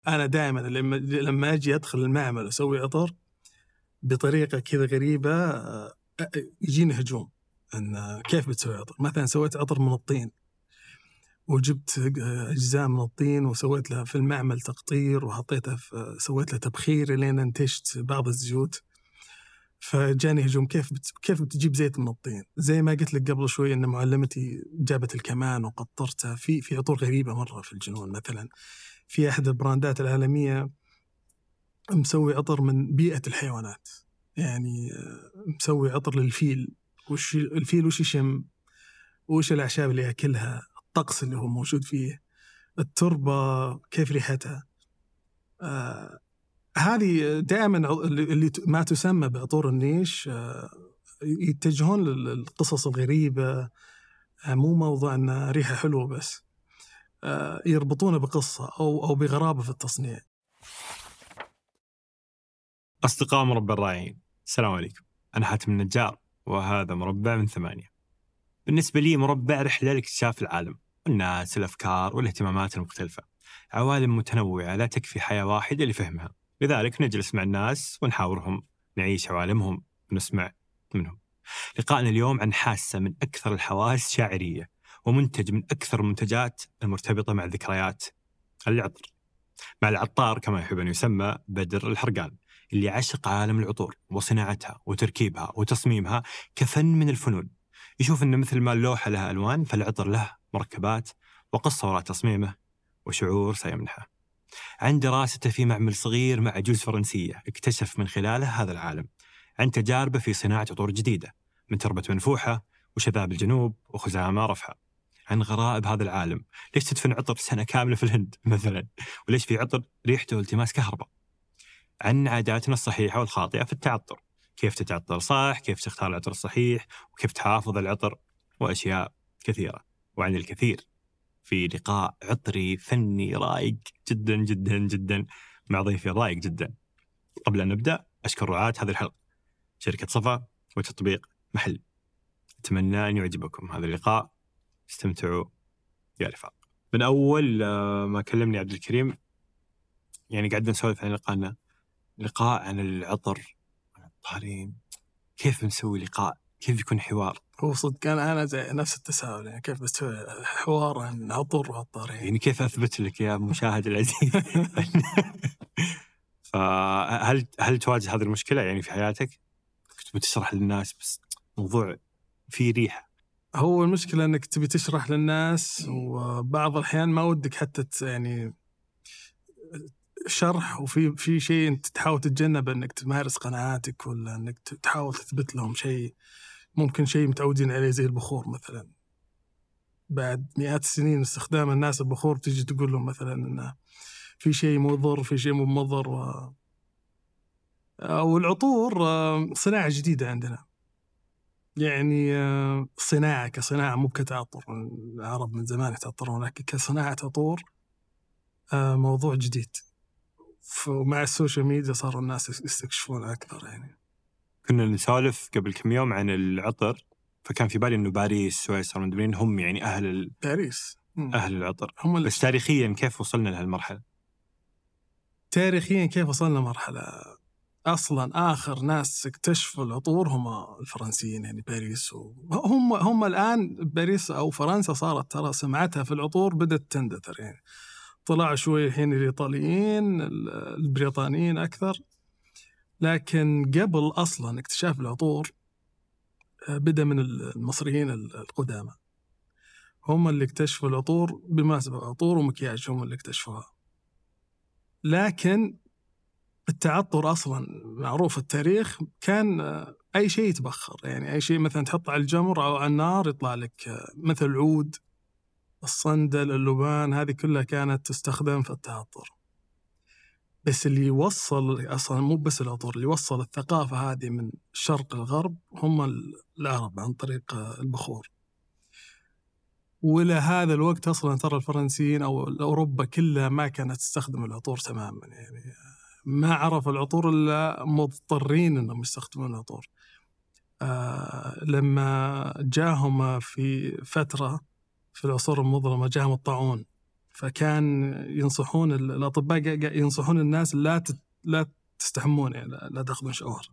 أنا دائما لما أجي أدخل المعمل وأسوي عطر بطريقة كذا غريبة يجيني هجوم أن كيف بتسوي عطر. مثلا سويت عطر من الطين وجبت أجزاء من الطين وسويت لها في المعمل تقطير وحطيتها سويت لها تبخير لين انتجت بعض الزيوت. فجاني هجوم كيف بتجيب زيت من الطين؟ زي ما قلت لك قبل شوي أن معلمتي جابت الكمان وقطرتها في عطور غريبة مرة في الجنون. مثلا في أحد البراندات العالمية مسوي عطر من بيئة الحيوانات، يعني مسوي عطر للفيل. الفيل وش يشم، وش الأعشاب اللي يأكلها، الطقس اللي هو موجود فيه، التربة كيف ريحتها. هذه دائما اللي ما تسمى بعطور النيش يتجهون للقصص الغريبة، مو موضوع أن ريحة حلوة بس، يربطونه بقصة أو بغرابة في التصنيع. أصدقاء مربع الرائعين، السلام عليكم. أنا حاتم النجار وهذا مربع من 8. بالنسبة لي مربع رحلة لاكتشاف العالم، الناس، الأفكار والاهتمامات المختلفة. عوالم متنوعة لا تكفي حياة واحدة لفهمها، لذلك نجلس مع الناس ونحاورهم، نعيش عوالمهم ونسمع منهم. لقائنا اليوم عن حاسة من أكثر الحواس شاعرية ومنتج من أكثر المنتجات المرتبطة مع الذكريات، العطر. مع العطار كما يحب أن يسمى بدر الحرقان، اللي عشق عالم العطور وصناعتها وتركيبها وتصميمها كفن من الفنون. يشوف أن مثل ما اللوحة لها ألوان فالعطر له مركبات وقصة وراء تصميمه وشعور سيمنحه. عن دراسته في معمل صغير مع عجوز فرنسية اكتشف من خلاله هذا العالم. عن تجاربه في صناعة عطور جديدة من تربة منفوحة وشذاب الجنوب وخزامة رفحة. عن غرائب هذا العالم، ليش تدفن عطر سنة كاملة في الهند مثلا، وليش في عطر ريحته التماس كهرباء. عن عاداتنا الصحيحة والخاطئة في التعطر، كيف تتعطر صح، كيف تختار العطر الصحيح، وكيف تحافظ العطر، وأشياء كثيرة. وعن الكثير في لقاء عطري فني رايق جدا جدا جدا مع ضيفي الرايق جدا. قبل أن نبدأ أشكر رعاة هذه الحلقة، شركة صفا وتطبيق محل. أتمنى أن يعجبكم هذا اللقاء، استمتعوا يا رفاق. من أول ما كلمني عبد الكريم يعني قاعد نسولف عن لقاء عن العطر والعطارين. كيف نسوي لقاء؟ كيف يكون حوار؟ هو صدق أنا زي نفس التساؤل، يعني كيف بتسوي حوار عن عطر وعطارين؟ يعني كيف أثبت لك يا مشاهد العزيز؟ فهل تواجه هذه المشكلة يعني في حياتك؟ كنت بتشرح للناس بس موضوع فيه ريحة. هو المشكلة أنك تبي تشرح للناس وبعض الأحيان ما ودك حتى يعني شرح، وفي شيء أنت تحاول تتجنب أنك تمارس قناعاتك، ولا أنك تحاول تثبت لهم شيء ممكن شيء متعودين عليه زي البخور مثلا. بعد مئات السنين استخدام الناس البخور تيجي تقول لهم مثلا أنه في شيء مضر، في شيء مو مضر. والعطور صناعة جديدة عندنا، يعني صناعة كصناعة مو كتعطر. العرب من زمان يتعطرون، لكن كصناعة عطور موضوع جديد. ومع السوشيال ميديا صار الناس يستكشفون أكثر. يعني كنا نسولف قبل كم يوم عن العطر، فكان في بالي إنه باريس، سويسرا، مدرين هم يعني باريس أهل العطر. هم بس تاريخيا كيف وصلنا لهالمرحلة؟ تاريخيا كيف وصلنا مرحلة؟ أصلا آخر ناس اكتشفوا العطور هم الفرنسيين، يعني باريس. هم الآن باريس أو فرنسا صارت ترى سمعتها في العطور بدأت تندثر. يعني طلع شوي الحين الإيطاليين، البريطانيين أكثر، لكن قبل أصلا اكتشاف العطور بدأ من المصريين القدامى. هم اللي اكتشفوا العطور، بمناسبة عطور ومكياج هم اللي اكتشفوها. لكن التعطر أصلا معروف التاريخ كان أي شيء يتبخر، يعني أي شيء مثلا تحط على الجمر أو على النار يطلع لك مثل العود، الصندل، اللبان، هذه كلها كانت تستخدم في التعطر. بس اللي يوصل أصلا مو بس العطور، اللي يوصل الثقافة هذه من الشرق الغرب هم العرب عن طريق البخور. وإلى هذا الوقت أصلا ترى الفرنسيين أو أوروبا كلها ما كانت تستخدم العطور تماما، يعني ما عرف العطور إلا مضطرين أنهم يستخدمون العطور. لما جاهم في فترة في العصور المظلمة جاهم الطاعون فكان ينصحون الأطباء ينصحون الناس لا تستحمون، يعني لا تأخذون شاور.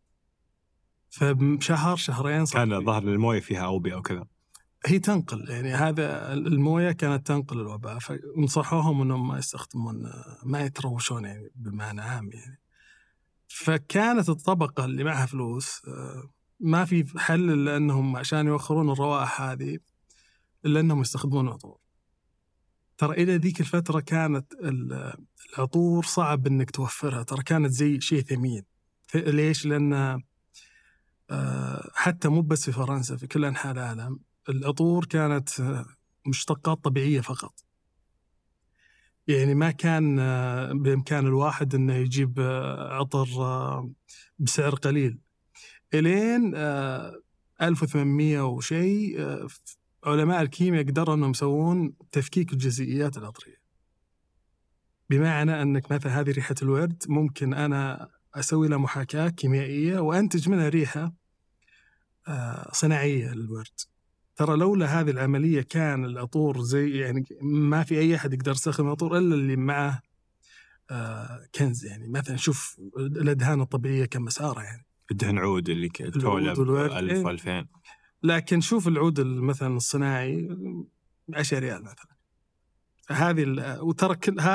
فبشهر شهرين كان ظهر المويه فيها أوبئة أو كذا، هي تنقل، يعني هذا المويه كانت تنقل الوباء، فنصحوهم انهم ما يستخدمون، ما يتروشون يعني بمعنى عام يعني. فكانت الطبقه اللي معها فلوس ما في حل الا انهم عشان يوخرون الروائح هذه الا انهم يستخدمون العطور. ترى الى ذيك الفتره كانت العطور صعب انك توفرها، ترى كانت زي شيء ثمين. ليش؟ لان حتى مو بس في فرنسا، في كل انحاء العالم العطور كانت مشتقات طبيعية فقط. يعني ما كان بإمكان الواحد أنه يجيب عطر بسعر قليل. إلين 1800 وشيء علماء الكيمياء قدروا أنهم يسوون تفكيك الجزيئيات العطرية، بمعنى أنك مثلا هذه ريحة الورد ممكن أنا أسوي لها محاكاة كيميائية وأنتج منها ريحة صناعية للورد. ترى لولا هذه العملية كان العطور زي يعني ما في أي أحد يقدر يستخدم العطور إلا اللي معه كنز. يعني مثلا شوف الأدهان الطبيعية كم مسعرها، يعني الدهن عود اللي تولى 1000 و2000، لكن شوف العود مثلا الصناعي 10 ريال مثلا. وترى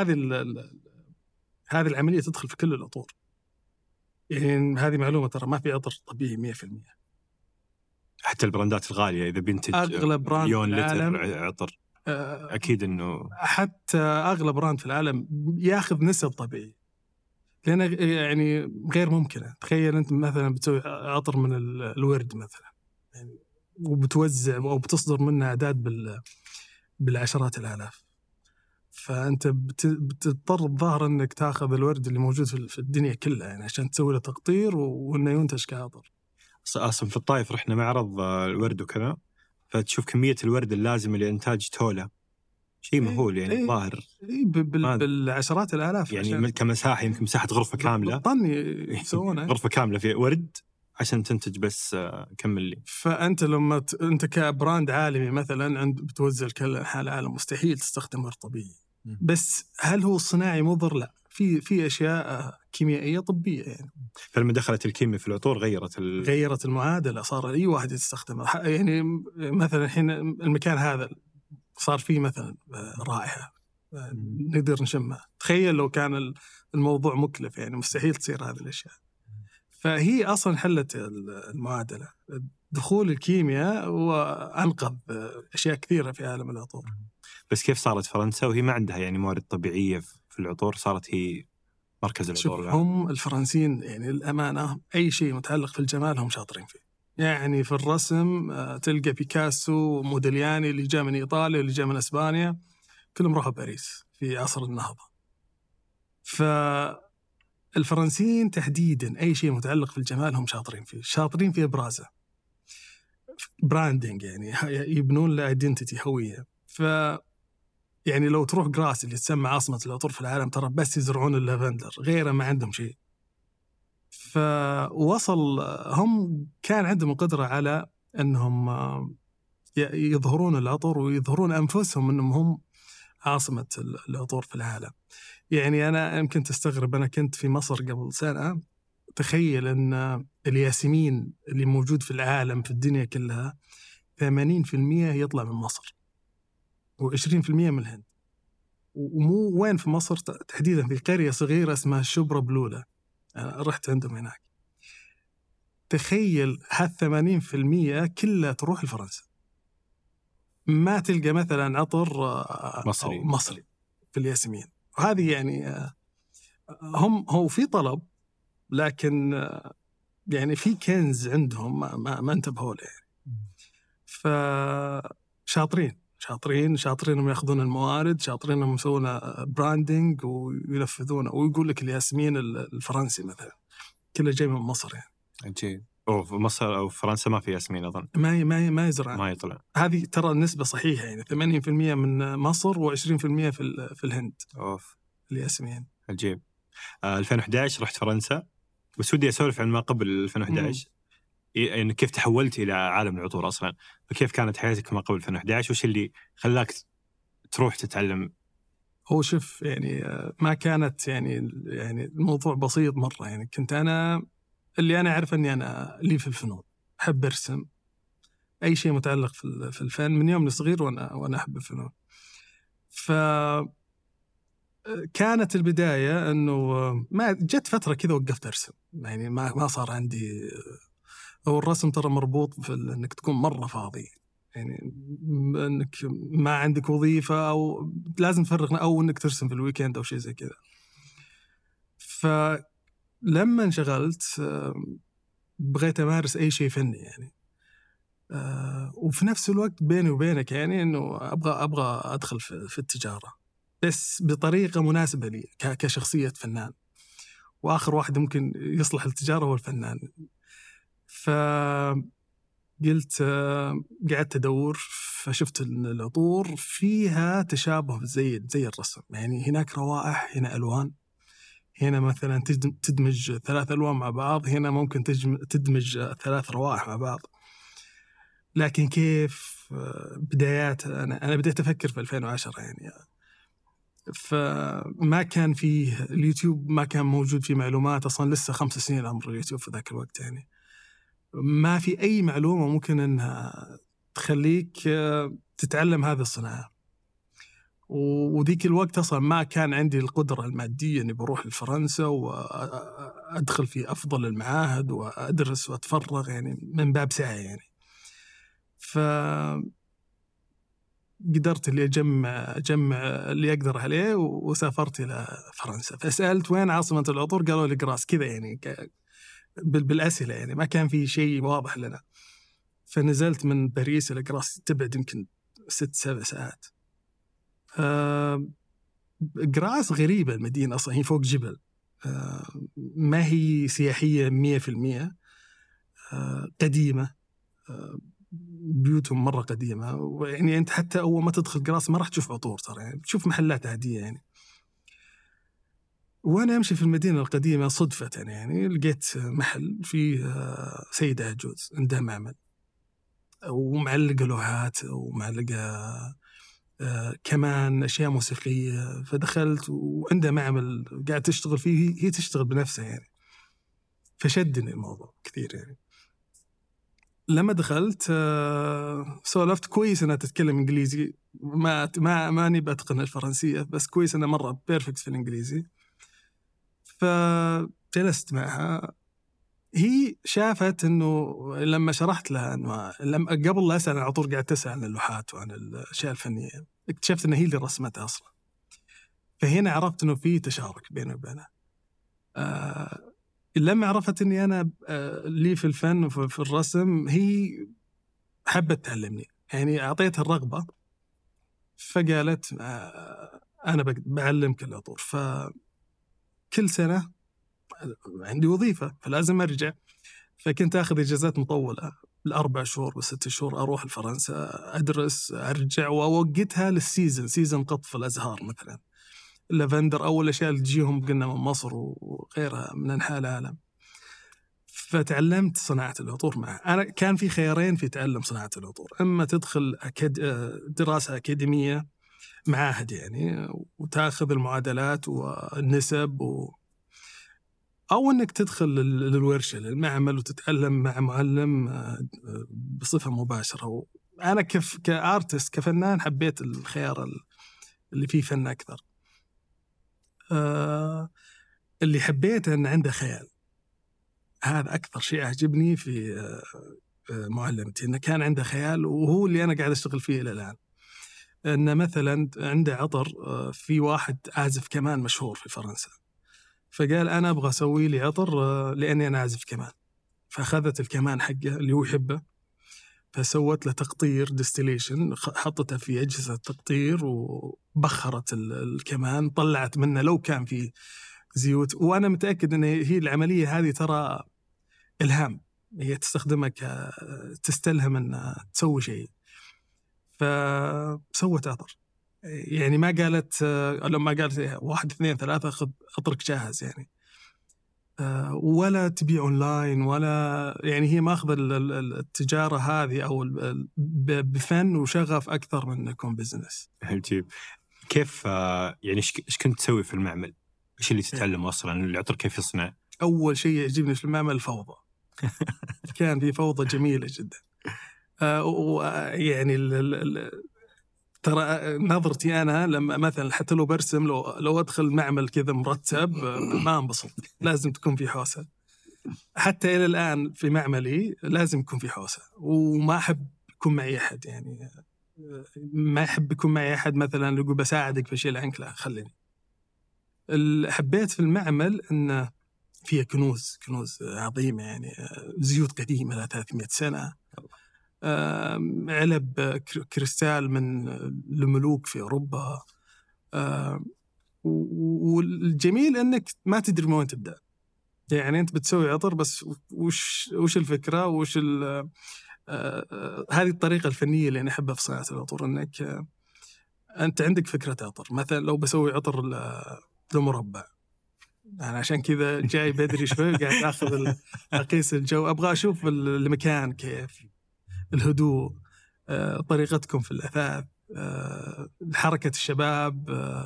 هذه العملية تدخل في كل العطور. يعني هذه معلومة، ترى ما في عطر طبيعي 100%. حتى البراندات الغالية إذا بينتج أغلب براند مليون في العالم لتر عطر أكيد أنه حتى أغلب براند في العالم يأخذ نسب طبيعية، لأن يعني غير ممكنة. تخيل أنت مثلا بتسوي عطر من الورد مثلا، يعني وبتوزع أو بتصدر منه أعداد بالعشرات الآلاف، فأنت بتضطر الظاهر أنك تأخذ الورد اللي موجود في الدنيا كلها يعني عشان تسوي له تقطير وأنه ينتج كعطر. أصلا في الطائف رحنا معرض الورد وكذا، فتشوف كمية الورد اللازمة لإنتاج تولة شيء مهول يعني. الظاهر بالعشرات الآلاف يعني كمساحة، يمكن مساحة غرفة كاملة بالطن يسوونها غرفة كاملة في ورد عشان تنتج بس كم اللي. فأنت لما أنت كبراند عالمي مثلا بتوزع كل أنحاء العالم، مستحيل تستخدم ورد طبيعي. بس هل هو الصناعي مضر؟ لا، في أشياء كيميائية طبية يعني. فلما دخلت الكيمياء في العطور غيرت المعادلة، صار أي واحد يستخدمها. يعني مثلا الحين المكان هذا صار فيه مثلا رائحة نقدر نشمها. تخيل لو كان الموضوع مكلف، يعني مستحيل تصير هذه الأشياء. فهي أصلا حلت المعادلة. دخول الكيمياء وأنقذ أشياء كثيرة في عالم العطور. بس كيف صارت فرنسا وهي ما عندها يعني موارد طبيعية في العطور صارت هي مركز العطور؟ هم الفرنسيين يعني الأمانة أي شيء متعلق في الجمال هم شاطرين فيه. يعني في الرسم تلقى بيكاسو موديلياني اللي جاء من إيطاليا اللي جاء من إسبانيا كلهم راحوا باريس في عصر النهضة. فالفرنسيين تحديدا أي شيء متعلق في الجمال هم شاطرين فيه، شاطرين في إبرازه، براندنج، يعني يبنون له ايدنتيتي، هوية. يعني لو تروح غراس اللي تسمى عاصمة العطور في العالم، ترى بس يزرعون اللافندر، غيره ما عندهم شيء. فوصل هم كان عندهم القدرة على أنهم يظهرون العطر ويظهرون أنفسهم أنهم هم عاصمة العطور في العالم. يعني أنا يمكن تستغرب، أنا كنت في مصر قبل سنة، تخيل أن الياسمين اللي موجود في العالم في الدنيا كلها 80% يطلع من مصر و20% من الهند. ومو وين في مصر تحديدا، في قرية صغيرة اسمها شبرا بلولة، أنا رحت عندهم هناك. تخيل هال 80% كلها تروح لفرنسا، ما تلقى مثلا عطر مصري في الياسمين. وهذه يعني هو في طلب، لكن يعني في كنز عندهم ما انتبهوا له يعني. فشاطرين انهم ياخذون الموارد، شاطرين انهم يسوون براندنج وينفذونه. ويقول لك الياسمين الفرنسي مثلا كله جاي من مصر يعني. عجيب. في مصر او فرنسا ما في ياسمين اظن، ما يزرع، ما يطلع. هذه ترى النسبة صحيحة، يعني 80% من مصر و20% في الهند. الياسمين. عجيب. 2011 رحت فرنسا، بس ودي اسولف عن ما قبل 2011. يعني كيف تحولت الى عالم العطور اصلا؟ فكيف كانت حياتك ما قبل 2011؟ وش اللي خلاك تروح تتعلم هو شوف يعني ما كانت يعني الموضوع بسيط مرة. يعني كنت أنا اللي أنا أعرف أني أنا لي في الفنون، أحب أرسم أي شيء متعلق في الفن من يوم صغير وأنا أحب الفنون. فكانت البداية أنه ما جت فترة كذا وقفت أرسم، يعني ما صار عندي. هو الرسم ترى مربوط في أنك تكون مرة فاضي، يعني أنك ما عندك وظيفة أو لازم تفرغ، أو أنك ترسم في الويكند أو شيء زي كذا. فلما انشغلت بغيت أمارس أي شيء فني يعني. وفي نفس الوقت بيني وبينك يعني أنه أبغى أدخل في التجارة، بس بطريقة مناسبة لي كشخصية فنان، وآخر واحد ممكن يصلح للتجارة هو الفنان. فقلت قعدت أدور، فشفت العطور فيها تشابه زي الرسم، يعني هناك روائح، هنا ألوان، هنا مثلا تدمج 3 ألوان مع بعض، هنا ممكن تدمج 3 روائح مع بعض. لكن كيف بدايات أنا بديت أفكر في 2010 يعني. فما كان فيه اليوتيوب، ما كان موجود فيه معلومات أصلا، لسه 5 سنين عمر اليوتيوب في ذاك الوقت يعني. ما في أي معلومة ممكن أنها تخليك تتعلم هذه الصناعة. وذيك الوقت أصلا ما كان عندي القدرة المادية أني بروح لفرنسا وأدخل في أفضل المعاهد وأدرس وأتفرغ يعني من باب سعي يعني. قدرت اللي أجمع اللي أقدر عليه وسافرت إلى فرنسا. فسألت وين عاصمة العطور، قالوا لي غراس كذا يعني بالأسئلة يعني، ما كان في شيء واضح لنا. فنزلت من باريس إلى غراس، تبعد يمكن 6-7 ساعات. غراس غريبة المدينة أصلا، هي فوق جبل، ما هي سياحية 100%. قديمة، بيوتهم مرة قديمة، ويعني أنت حتى أول ما تدخل غراس ما راح تشوف عطور ترى، يعني تشوف محلات عادية يعني. وأنا أمشي في المدينة القديمة صدفة يعني لقيت محل فيه سيدة عجوز عندها معمل، ومعلقة لوحات ومعلقة كمان أشياء موسيقية. فدخلت وعندها معمل قاعد تشتغل فيه، هي تشتغل بنفسها يعني. فشدني الموضوع كثير يعني. لما دخلت سولفت كويس أنها تتكلم إنجليزي، ماني بأتقن الفرنسية، بس كويس أنها مرة بيرفكت في الإنجليزي. فجلست معها، هي شافت أنه لما شرحت لها أنه قبل لا أسأل عن العطور قاعد تسأل عن اللوحات وعن الأشياء الفنية، اكتشفت أنها هي اللي رسمتها أصلا. فهنا عرفت أنه في تشارك بيني وبينها. لما عرفت أني أنا لي في الفن وفي الرسم، هي حبت تعلمني يعني، أعطيتها الرغبة. فقالت أنا بعلمك العطور. فكل سنة عندي وظيفة فلازم أرجع، فكنت أخذ إجازات مطولة 4 شهور و6 شهور، أروح لفرنسا أدرس أرجع، وأوقتها سيزن قطف الأزهار مثلا، اللافندر أو الأشياء اللي تجيهم قلنا من مصر وغيرها من أنحاء العالم. فتعلمت صناعة العطور معه. أنا كان في خيارين في تعلم صناعة العطور، إما تدخل دراسة أكاديمية معاهد يعني وتأخذ المعادلات والنسب أو أنك تدخل للورشة للمعمل وتتعلم مع معلم بصفة مباشرة. أنا كأرتست كفنان حبيت الخيار اللي فيه فن أكثر. اللي حبيته أن عنده خيال، هذا أكثر شيء أعجبني في معلمتي، أنه كان عنده خيال، وهو اللي أنا قاعد أشتغل فيه إلى الآن. أن مثلا عنده عطر، في واحد عازف كمان مشهور في فرنسا، فقال أنا أبغى أسوي لي عطر لأني أنا عازف كمان. فأخذت الكمان حقه اللي هو يحبه، فسوت له تقطير ديستيليشن، حطته في أجهزة تقطير وبخرت الكمان، طلعت منه لو كان في زيوت. وأنا متأكد أن هي العملية هذه ترى إلهام، هي تستخدمك تستلهم أن تسوي شيء. فسوت عطر يعني، ما قالت لما قالت 1 2 3 خذ عطرك جاهز يعني، ولا تبيع أونلاين ولا يعني. هي ماخذ التجارة هذه أو بفن وشغف أكثر من أنكم بزنس. عجيب. كيف يعني إيش كنت تسوي في المعمل؟ إيش اللي تتعلمه أصلاً العطر كيف يصنع؟ أول شيء يعجبني في المعمل الفوضى. كان في فوضى جميلة جدا. ويعني ترى نظرتي أنا لما مثلا حتى لو برسم، لو أدخل معمل كذا مرتب ما انبسط، لازم تكون في حوسة. حتى إلى الآن في معملي لازم يكون في حوسة، وما أحب يكون معي أحد، يعني ما أحب يكون معي أحد مثلا يقول بساعدك في شيء عنك، لا خليني. حبيت في المعمل أن فيها كنوز عظيمة، يعني زيوت قديمة لها 300 سنة، علب كريستال من الملوك في أوروبا. والجميل أنك ما تدري من وين تبدأ، يعني أنت بتسوي عطر بس وش الفكرة، وش هذه الطريقة الفنية اللي أنا أحبها في صناعة العطور، أنك أنت عندك فكرة عطر. مثلا لو بسوي عطر لمربع، أنا عشان كذا جاي بدري شوي قاعد أخذ أقيس الجو، أبغى أشوف المكان كيف، الهدوء، طريقتكم في الأثاث، حركة الشباب،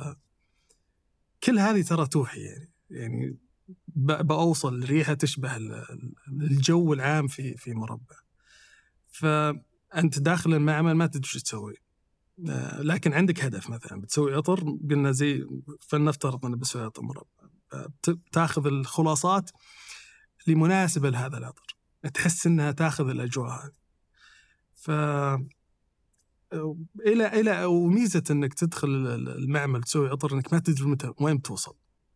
كل هذه ترى توحي، يعني بأوصل ريحة تشبه الجو العام في مربع. فأنت داخل المعمل ما تدري شو تسوي، لكن عندك هدف. مثلا بتسوي عطر، قلنا زي فلنفترض أنا بسوي عطر مربع، تاخذ الخلاصات اللي مناسبة لهذا العطر، تحس أنها تاخذ الأجواء هذه. إلى وميزة أنك تدخل المعمل تسوي عطر أنك ما تدري متى وين توصل.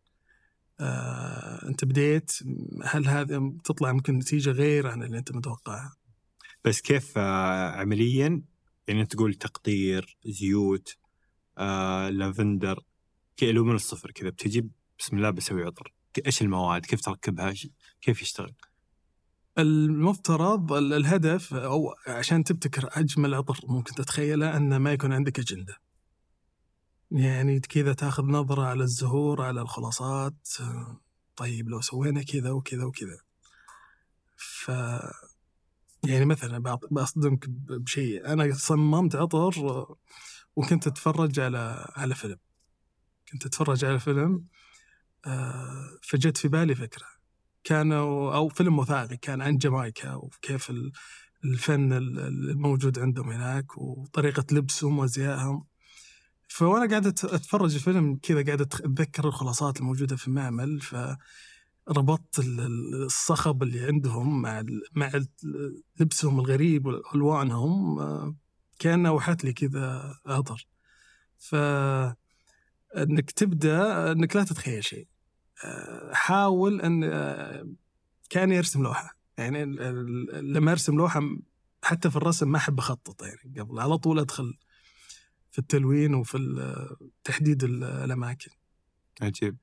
أنت بديت، هل هذا تطلع ممكن نتيجة غير عن اللي أنت متوقعها. بس كيف عمليا، يعني أنت تقول تقطير زيوت، لافندر، كيلو من الصفر كذا بتجيب بسم الله بسوي عطر، إيش المواد، كيف تركبها، كيف يشتغل؟ المفترض الهدف، أو عشان تبتكر أجمل عطر ممكن تتخيله، أن ما يكون عندك أجندة، يعني كذا تاخذ نظرة على الزهور، على الخلاصات، طيب لو سوينا كذا وكذا وكذا. يعني مثلا بصدمك بشيء، أنا صممت عطر وكنت أتفرج على فيلم، فجت في بالي فكرة، أو فيلم وثائقي كان عن جامايكا وكيف الفن الموجود عندهم هناك وطريقة لبسهم وأزيائهم. فوانا قاعد اتفرج الفيلم كذا قاعد اتذكر الخلاصات الموجوده في المعمل، فربطت الصخب اللي عندهم مع لبسهم الغريب والوانهم، كأنه وحت لي كذا عطر. فانك تبدا انك لا تتخيل شيء، حاول ان كان يرسم لوحه، يعني لما ارسم لوحه حتى في الرسم ما احب اخطط، يعني قبل على طول ادخل في التلوين وفي تحديد الأماكن. عجيب.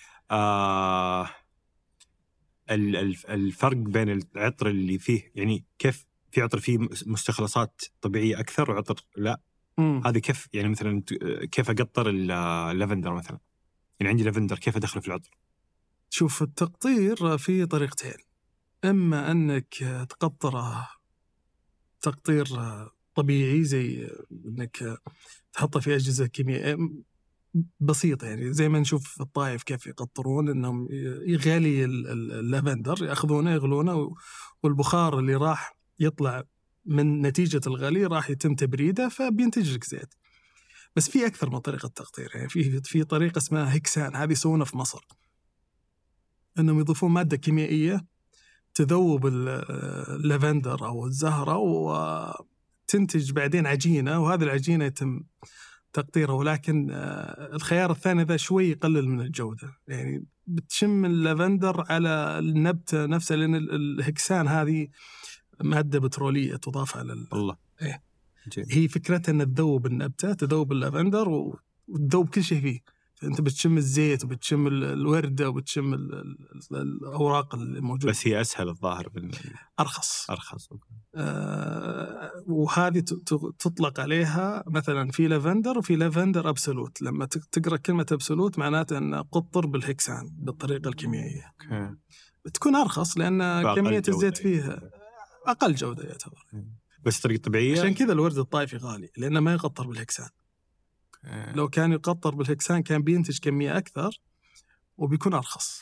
الفرق بين العطر اللي فيه، يعني كيف في عطر فيه مستخلصات طبيعية أكثر وعطر لا، هذه كيف، يعني مثلا كيف أقطر اللافندر مثلا، يعني عندي لافندر كيف أدخله في العطر؟ شوف، التقطير في طريقتين، إما أنك تقطره تقطير طبيعي زي أنك تحطه في أجهزة كيميائية بسيطة، يعني زي ما نشوف في الطائف كيف يقطرون، إنهم يغلي اللافندر، يأخذونه يغلونه، والبخار اللي راح يطلع من نتيجة الغلي راح يتم تبريده فبينتج لك زيت. بس في أكثر من طريقة تقطير، يعني في طريقة اسمها هكسان، هذه يسوونها في مصر، إنهم يضيفون مادة كيميائية تذوب اللافندر أو الزهرة وتنتج بعدين عجينة، وهذه العجينة يتم تقطيره. ولكن الخيار الثاني ذا شوي يقلل من الجودة، يعني بتشم اللافندر على النبتة نفسها، لأن الهكسان هذه مادة بترولية تضاف على الله. إيه؟ هي فكرتها أن تذوب النبتة، تذوب اللافندر وتذوب كل شيء فيه، فأنت بتشم الزيت وبتشم الوردة وبتشم الأوراق الموجودة. بس هي أسهل الظاهر أرخص. أوكي. وهذه تطلق عليها مثلا في لافندر وفي لافندر أبسولوت. لما تقرأ كلمة أبسولوت معناته أن قطر بالهكسان بالطريقة الكيميائية. أوكي. بتكون أرخص لأن كمية الزيت فيها أقل جودة يعتبر. بس طريقة طبيعية. عشان كذا الورد الطائفي غالي، لأنه ما يقطر بالهكسان. لو كان يقطر بالهكسان كان بينتج كمية أكثر وبيكون أرخص.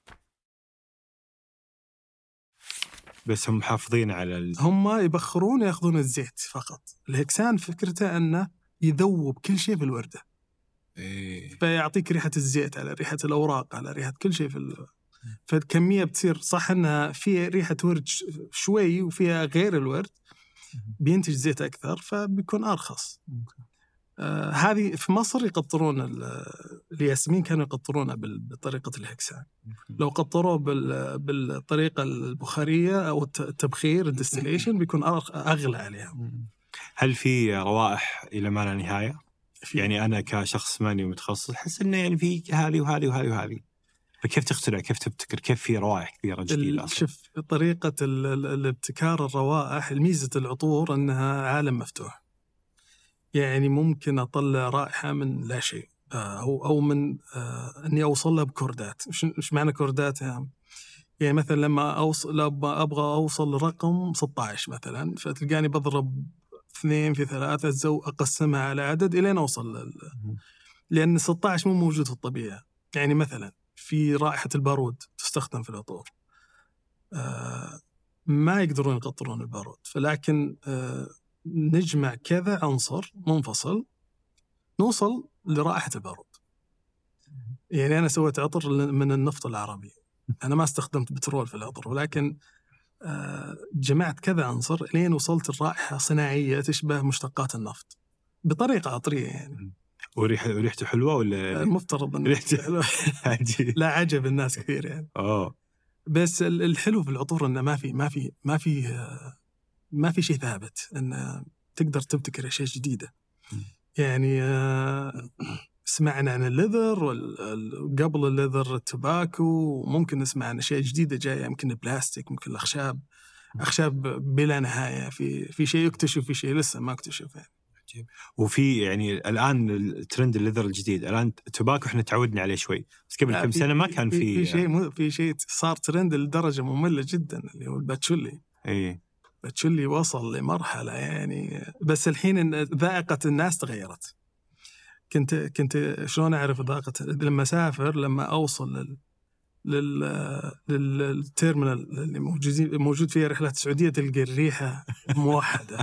بس هم محافظين على هم يبخرون يأخذون الزيت فقط. الهكسان فكرته أنه يذوب كل شيء في الوردة. فيعطيك ريحة الزيت على ريحة الأوراق على ريحة كل شيء فالكمية بتصير صح أنها فيها ريحة ورد شوي وفيها غير الورد، بينتج زيت أكثر فبيكون أرخص. هذه في مصر يقطرون الياسمين، كانوا يقطرونها بطريقة الهكسان. لو قطروه بالطريقة البخارية أو التبخير الدستيليشن بيكون أغلى عليهم. هل في روائح إلى ما لا نهاية؟ يعني أنا كشخص ماني متخصص أحس إنه يعني في هذه وهذه وهذه وهذه، فكيف تخترع، كيف تبتكر، كيف في روائح كثيرة جديدة أصلاً؟ شوف طريقة الابتكار الروائح، الميزة العطور أنها عالم مفتوح. يعني ممكن أطلع رائحة من لا شيء أو من أني أوصل لها بكوردات. إيش معنى كوردات؟ يعني مثلا لما أبغى أوصل لرقم 16 مثلا، فتلقاني بضرب 2 في 3 أقسمها على عدد إلين أوصل لأن 16 مو موجود في الطبيعة. يعني مثلا في رائحة البارود تستخدم في العطور، ما يقدرون يقطرون البارود، فلكن نجمع كذا عنصر منفصل نوصل لرائحة البارود. يعني أنا سويت عطر من النفط العربي، أنا ما استخدمت بترول في العطر، ولكن جمعت كذا عنصر لين وصلت الرائحة صناعية تشبه مشتقات النفط بطريقة عطرية يعني. وريحته حلوة ولا؟ المفترض أن ريحته حلوة. لا عجب الناس كثير يعني. بس الحلو في العطور أنه ما في شيء ثابت، أن تقدر تبتكر أشياء جديدة. يعني سمعنا عن الليذر وقبل الليذر التباكو، ممكن نسمع عن أشياء جديدة جاية، يمكن البلاستيك، ممكن أخشاب بلا نهاية. في شيء يكتشف، في شيء لسه ما اكتشف يعني. وفي يعني الآن الترند الليذر الجديد، الآن التباكو احنا تعودنا عليه شوي، بس قبل كم سنة ما كان في شيء صار ترند لدرجة مملة جدا، اللي هو الباتشولي. باتشولي وصل لمرحلة يعني، بس الحين ذائقة الناس تغيرت. كنت شلون أعرف ذائقة؟ لما أسافر، لما أوصل للتيرمينال اللي موجود فيها رحلات السعودية، تلقى الريحة موحدة.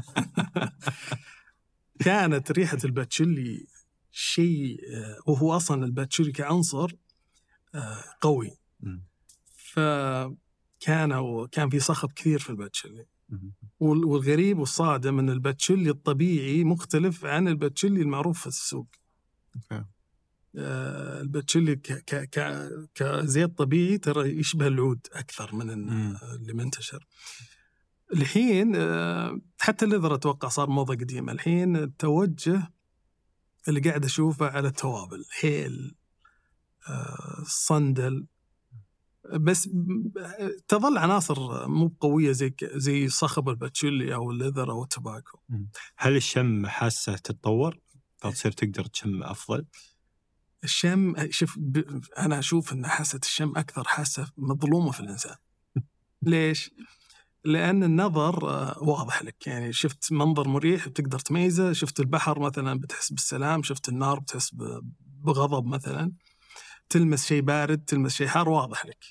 كانت ريحة الباتشولي شيء، وهو أصلا الباتشولي كعنصر قوي، كان في صخب كثير في الباتشولي. والغريب والصادم أن الباتشولي الطبيعي مختلف عن الباتشولي المعروف في السوق. الباتشولي كزيت طبيعي ترى يشبه العود أكثر من اللي منتشر الحين. حتى الليذر أتوقع صار موضة قديمة. الحين التوجه اللي قاعد أشوفه على التوابل، هيل، صندل، بس تظل عناصر مو قوية زي صخب الباتشولي أو الليذر أو التباكو. هل الشم حاسة تتطور فتصير تقدر تشم أفضل؟ الشم، شوف، أنا أشوف أن حاسة الشم أكثر حاسة مظلومة في الإنسان. ليش؟ لأن النظر واضح لك، يعني شفت منظر مريح بتقدر تميزه، شفت البحر مثلا بتحس بالسلام، شفت النار بتحس بغضب مثلا، تلمس شيء بارد، تلمس شيء حار، واضح لك.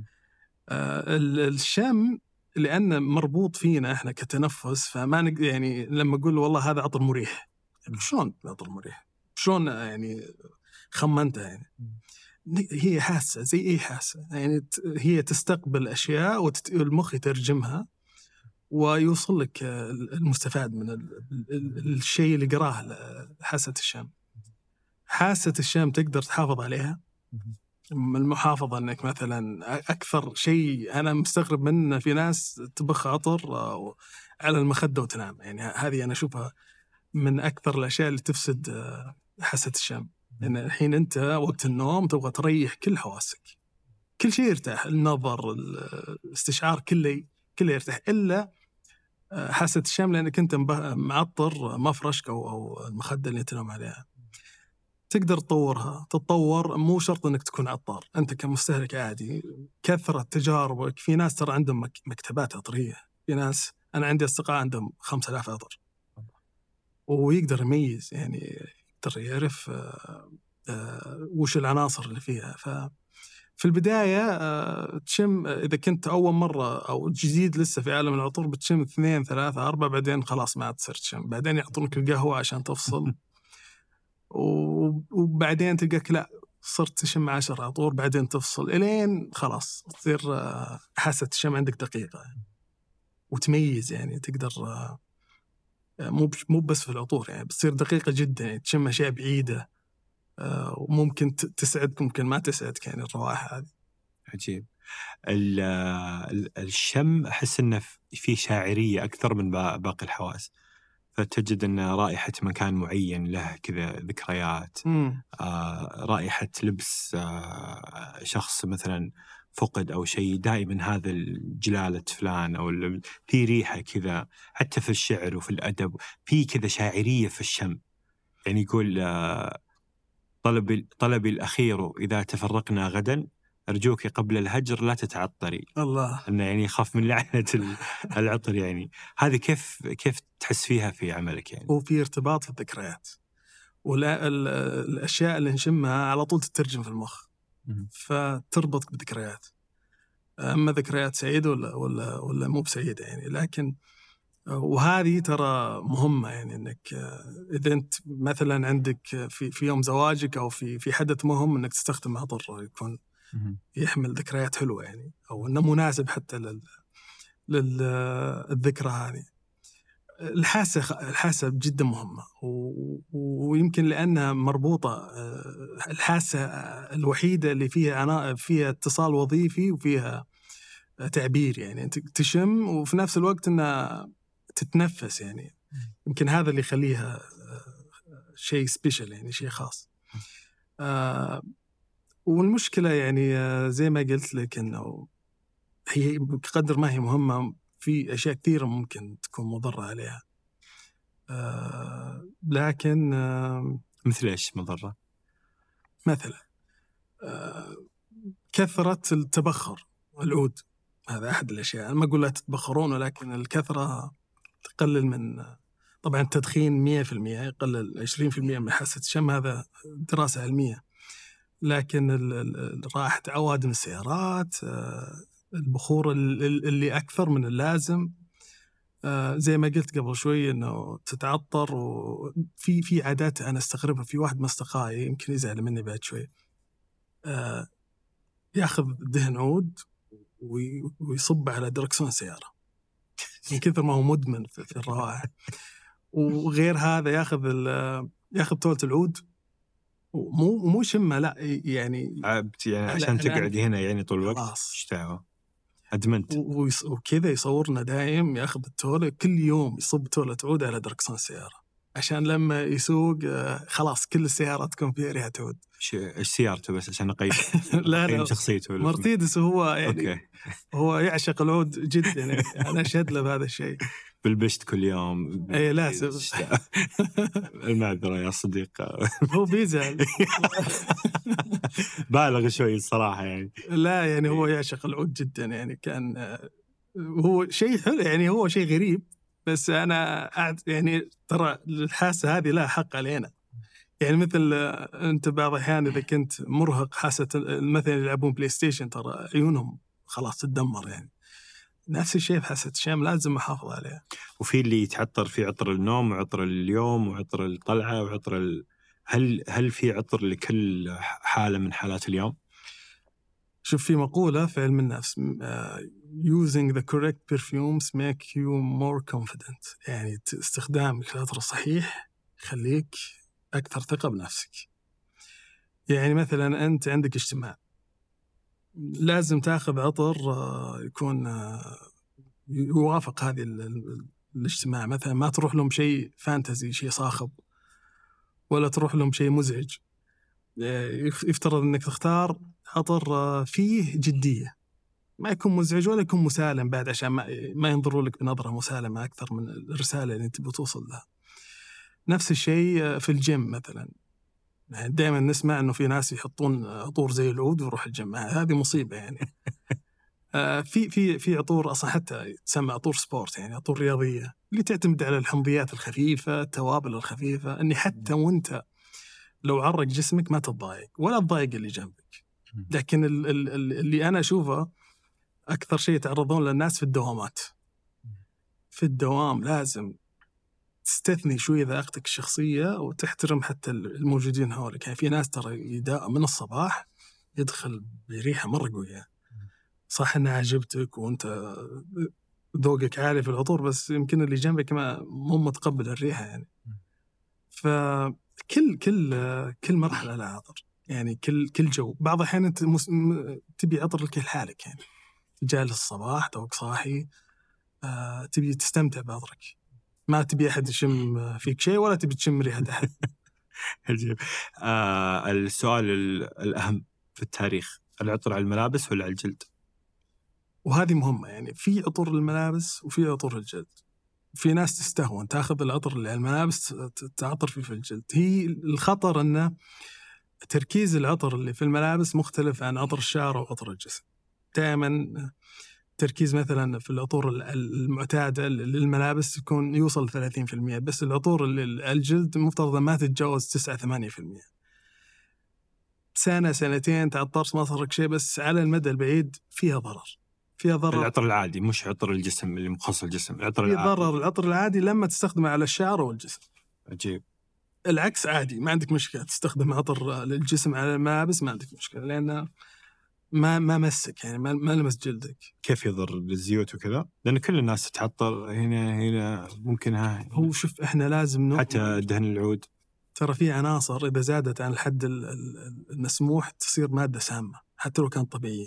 الشم لأنه مربوط فينا إحنا كتنفس، فما يعني لما أقول والله هذا عطر مريح، شلون عطر مريح؟ شلون يعني خمنتها يعني؟ هي حاسة زي أي حاسة، يعني هي تستقبل أشياء والمخ يترجمها ويوصل لك المستفاد من الشيء اللي قراه. حاسة الشم، حاسة الشم تقدر تحافظ عليها. المحافظة أنك مثلا أكثر شيء أنا مستغرب منه، في ناس تبخ عطر على المخدة وتنام، يعني هذه أنا أشوفها من أكثر الأشياء اللي تفسد حاسة الشم. لأن الحين أنت وقت النوم تبغى تريح كل حواسك، كل شيء يرتاح، النظر، الاستشعار، كله يرتاح إلا حاسة الشم، لأنك أنت معطر مفرشك أو المخدة اللي تنام عليها. تقدر تطورها، تتطور، مو شرط أنك تكون عطار. أنت كمستهلك عادي، كثرة تجاربك. في ناس ترى عندهم مكتبات عطرية، في ناس، أنا عندي أصدقاء عندهم 5000 عطر، ويقدر يميز، يعني يعطر، يعرف وش العناصر اللي فيها. ففي البداية تشم، إذا كنت أول مرة أو جديد لسه في عالم العطور، بتشم 2 3 4، بعدين خلاص ما تصير تشم، بعدين يعطونك القهوة عشان تفصل وبعدين تلقاك لا صرت تشم 10 عطور، بعدين تفصل إلين خلاص تصير حاسة الشم عندك دقيقة وتميز، يعني تقدر مو بس في العطور، يعني بتصير دقيقة جدا، يعني تشم أشياء بعيدة وممكن تسعدك ممكن ما تسعدك، يعني الروائح هذه. عجيب. الشم أحس أنه فيه شاعرية أكثر من باقي الحواس، فتجد أن رائحة مكان معين له كذا ذكريات. رائحة لبس شخص مثلا فقد أو شيء، دائما هذا الجلالة فلان أو في ريحة كذا. حتى في الشعر وفي الأدب في كذا شاعرية في الشم. يعني يقول طلبي الأخير إذا تفرقنا غدا أرجوك قبل الهجر لا تتعطري. الله، أنه يعني خاف من لعنة العطر. يعني هذه كيف تحس فيها في عملك؟ يعني وفي ارتباط في الذكريات، ولا الأشياء اللي نشمها على طول تترجم في المخ، فتربطك بذكريات، أما ذكريات سعيدة ولا مو بسعيدة يعني. لكن وهذه ترى مهمة، يعني إنك إذا أنت مثلا عندك في يوم زواجك أو في حدث مهم، إنك تستخدم عطر يكون يحمل ذكريات حلوة، يعني أو إنه مناسب حتى للذكرى هذه. الحاسة جدا مهمة، ويمكن لأنها مربوطة، الحاسة الوحيدة اللي فيها اتصال وظيفي وفيها تعبير، يعني أنت تشم وفي نفس الوقت أنها تتنفس، يعني يمكن هذا اللي يخليها شيء سبيشل، يعني شيء خاص. والمشكلة يعني زي ما قلت لك أنه هي بقدر ما هي مهمة، في أشياء كثيرة ممكن تكون مضرة عليها. لكن مثل إيش مضرة؟ مثلا كثرة التبخر، العود هذا أحد الأشياء. أنا ما أقول لا تتبخرون، ولكن الكثرة تقلل من، طبعا التدخين 100% يقلل 20% من حاسة الشم، هذا دراسة علمية. لكن رائحة عوادم السيارات، البخور اللي أكثر من اللازم، زي ما قلت قبل شوي إنه تتعطر، وفي عادات أنا استغربها. في واحد من أصدقائي يمكن يزعل مني بعد شوي، ياخذ دهن عود ويصب على دركسون سيارة من كثر ما هو مدمن في الروائح. وغير هذا ياخذ طولة العود، مو شمة، لا يعني عشان تقعد هنا يعني طول الوقت. خلاص أدمنت. وكذا يصورنا دايم ياخذ التولة كل يوم، يصب تولة عود على دركسون السيارة عشان لما يسوق خلاص كل السيارة تكون فيها ريحة عود. إيش سيارته بس عشان أقيم؟ لا شخصيته مرسيدس، هو يعني أوكي. هو يعشق العود جدا، يعني أنا أشهد له بهذا الشيء. بالبشت كل يوم. أي لا المعذرة يا صديق. هو بيزعل. بالغ شوي الصراحة يعني. لا يعني هو يعشق العود جدا، يعني كان هو شيء حلو، يعني هو شيء غريب، بس أنا يعني ترى الحاسة هذه لا حق علينا. يعني مثل أنت بعض الأحيان إذا كنت مرهق، حاسة مثلا يلعبون بلاي ستيشن، ترى عيونهم خلاص تدمر، يعني نفس الشيء في حاسة الشم لازم أحافظ عليها. وفي اللي يتعطر في عطر النوم وعطر اليوم وعطر الطلعة وعطر هل في عطر لكل حالة من حالات اليوم؟ شوف، في مقولة في علم النفس using the correct perfumes make you more confident، يعني استخدامك العطر الصحيح يخليك أكثر ثقة بنفسك. يعني مثلا أنت عندك اجتماع، لازم تأخذ عطر يكون يوافق هذه الاجتماع. مثلا ما تروح لهم شيء فانتزي، شيء صاخب، ولا تروح لهم شيء مزعج. يفترض أنك تختار عطر فيه جدية، ما يكون مزعج ولا يكون مسالم بعد، عشان ما ينظروا لك بنظرة مسالمة أكثر من الرسالة اللي أنت بتوصل لها. نفس الشيء في الجيم مثلا، يعني دائما نسمع أنه في ناس يحطون عطور زي العود ويروح الجيم، هذه مصيبة يعني. في عطور أصلا حتى تسمى عطور سبورت، يعني عطور رياضية اللي تعتمد على الحمضيات الخفيفة، التوابل الخفيفة، أني حتى وأنت لو عرق جسمك ما تتضايق ولا تضايق اللي جنبك. لكن اللي أنا أشوفه أكثر شيء يتعرضون للناس في الدوامات. في الدوام لازم تستثني شوية ذائقتك الشخصية وتحترم حتى الموجودين حولك. يعني في ناس ترى يداء من الصباح يدخل بريحة مرة قوية، صح إنها عجبتك وأنت ذوقك عالي في العطور، بس يمكن اللي جنبك ما مو متقبل الريحة يعني. فكل كل مرحلة لها عطر، يعني كل جو. بعض الأحيان أنت تبي عطر لكل حالك، يعني جالس الصباح توك صاحي تبي تستمتع بعطرك، ما تبي أحد يشم فيك شيء ولا تبي تشم ريحة أحد. السؤال الأهم في التاريخ، العطر على الملابس ولا على الجلد؟ وهذه مهمة، يعني في عطور الملابس وفي عطور الجلد. في ناس تستهون تاخذ العطر اللي على الملابس تعطر فيه في الجلد. هي الخطر أن تركيز العطر اللي في الملابس مختلف عن عطر الشعر وعطر الجسم. دائما تركيز مثلا في العطور المعتادة للملابس يكون يوصل 30%، بس العطور اللي الجلد مفترض ما تتجاوز 9-8%. سنة سنتين تعطرت ما صارك شيء، بس على المدى البعيد فيها ضرر. العطر العادي مش عطر الجسم اللي مخصص الجسم، العطر في العادي. ضرر العطر العادي لما تستخدمه على الشعر والجسم. عجيب. العكس عادي، ما عندك مشكلة تستخدم عطر للجسم على الملابس، ما عندك مشكلة، لأنه ما مسك، يعني ما لمس جلدك. كيف يضر بالزيوت وكذا؟ لأن كل الناس تتعطر هنا ممكن هو شوف إحنا لازم حتى دهن العود ترى في عناصر إذا زادت عن الحد المسموح تصير مادة سامة حتى لو كانت طبيعية.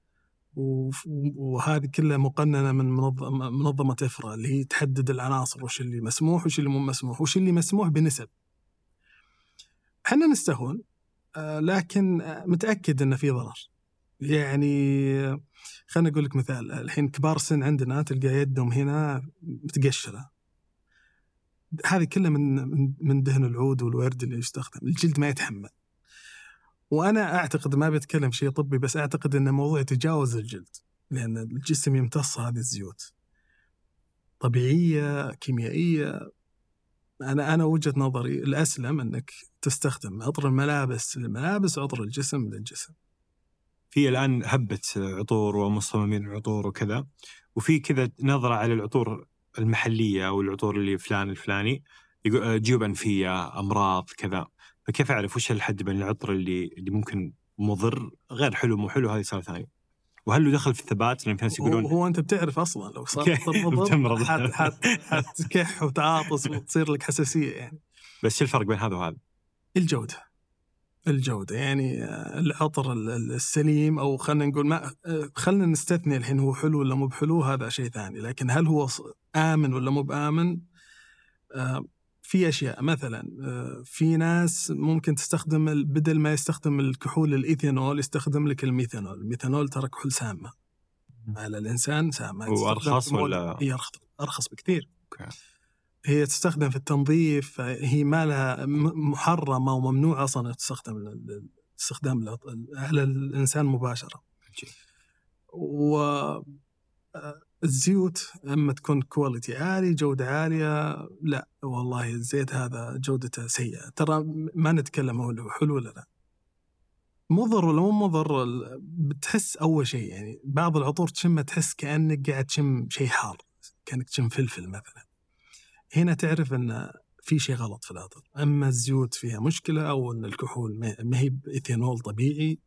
وهذه كلها مقننة من منظمة إفرا اللي هي تحدد العناصر، وش اللي مسموح وش اللي مو مسموح، وش اللي مسموح بنسب. احنا نستهون لكن متأكد أنه في ضرر. يعني خلنا أقول لك مثال، الحين كبار سن عندنا تلقى يدهم هنا متقشرة، هذه كلها من دهن العود والورد اللي يستخدم. الجلد ما يتحمل. وأنا أعتقد، ما بتكلم شيء طبي، بس أعتقد أن موضوع يتجاوز الجلد، لأن الجسم يمتص هذه الزيوت طبيعية كيميائية. أنا وجهة نظري الأسلم أنك تستخدم عطر الملابس للملابس وعطر الجسم للجسم. في الآن هبة عطور ومصممين العطور وكذا، وفي كذا نظرة على العطور المحلية أو العطور اللي فلان الفلاني جيوب أنفية أمراض كذا. فكيف أعرف وش الحد بين العطر اللي ممكن مضر غير حلو مو حلو؟ هذه سؤال ثاني. وهل له دخل في الثبات؟ لأن في ناس يقولون هو أنت بتعرف أصلا لو صار تمرض حتكح وتعاطس وتصير لك حساسية يعني. بس الفرق بين هذا وهذا؟ الجودة يعني العطر السليم، أو خلنا نقول ما خلنا نستثني الحين هو حلو ولا مو بحلو، هذا شيء ثاني. لكن هل هو آمن ولا مو بآمن؟ في أشياء مثلا في ناس ممكن تستخدم بدل ما يستخدم الكحول الإيثانول يستخدم لك الميثانول. الميثانول ترى كحول سامة على الإنسان، سامة. وأرخص ولا؟ هي أرخص بكثير. okay. هي تستخدم في التنظيف، هي ما لها محرمة وممنوع أصلا تستخدم الاستخدام على الإنسان مباشرة. والزيوت أما تكون كواليتي عالي جودة عالية، لا والله الزيت هذا جودته سيئة. ترى ما نتكلم هو حلو ولا لا، مضر ولا مو مضر. بتحس أول شيء يعني بعض العطور تشمها تحس كأنك قاعد تشم شيء حار، كأنك تشم فلفل مثلا. هنا تعرف أن في شيء غلط في العطر. أما الزيوت فيها مشكلة، أو أن الكحول ما هي بإيثانول طبيعي.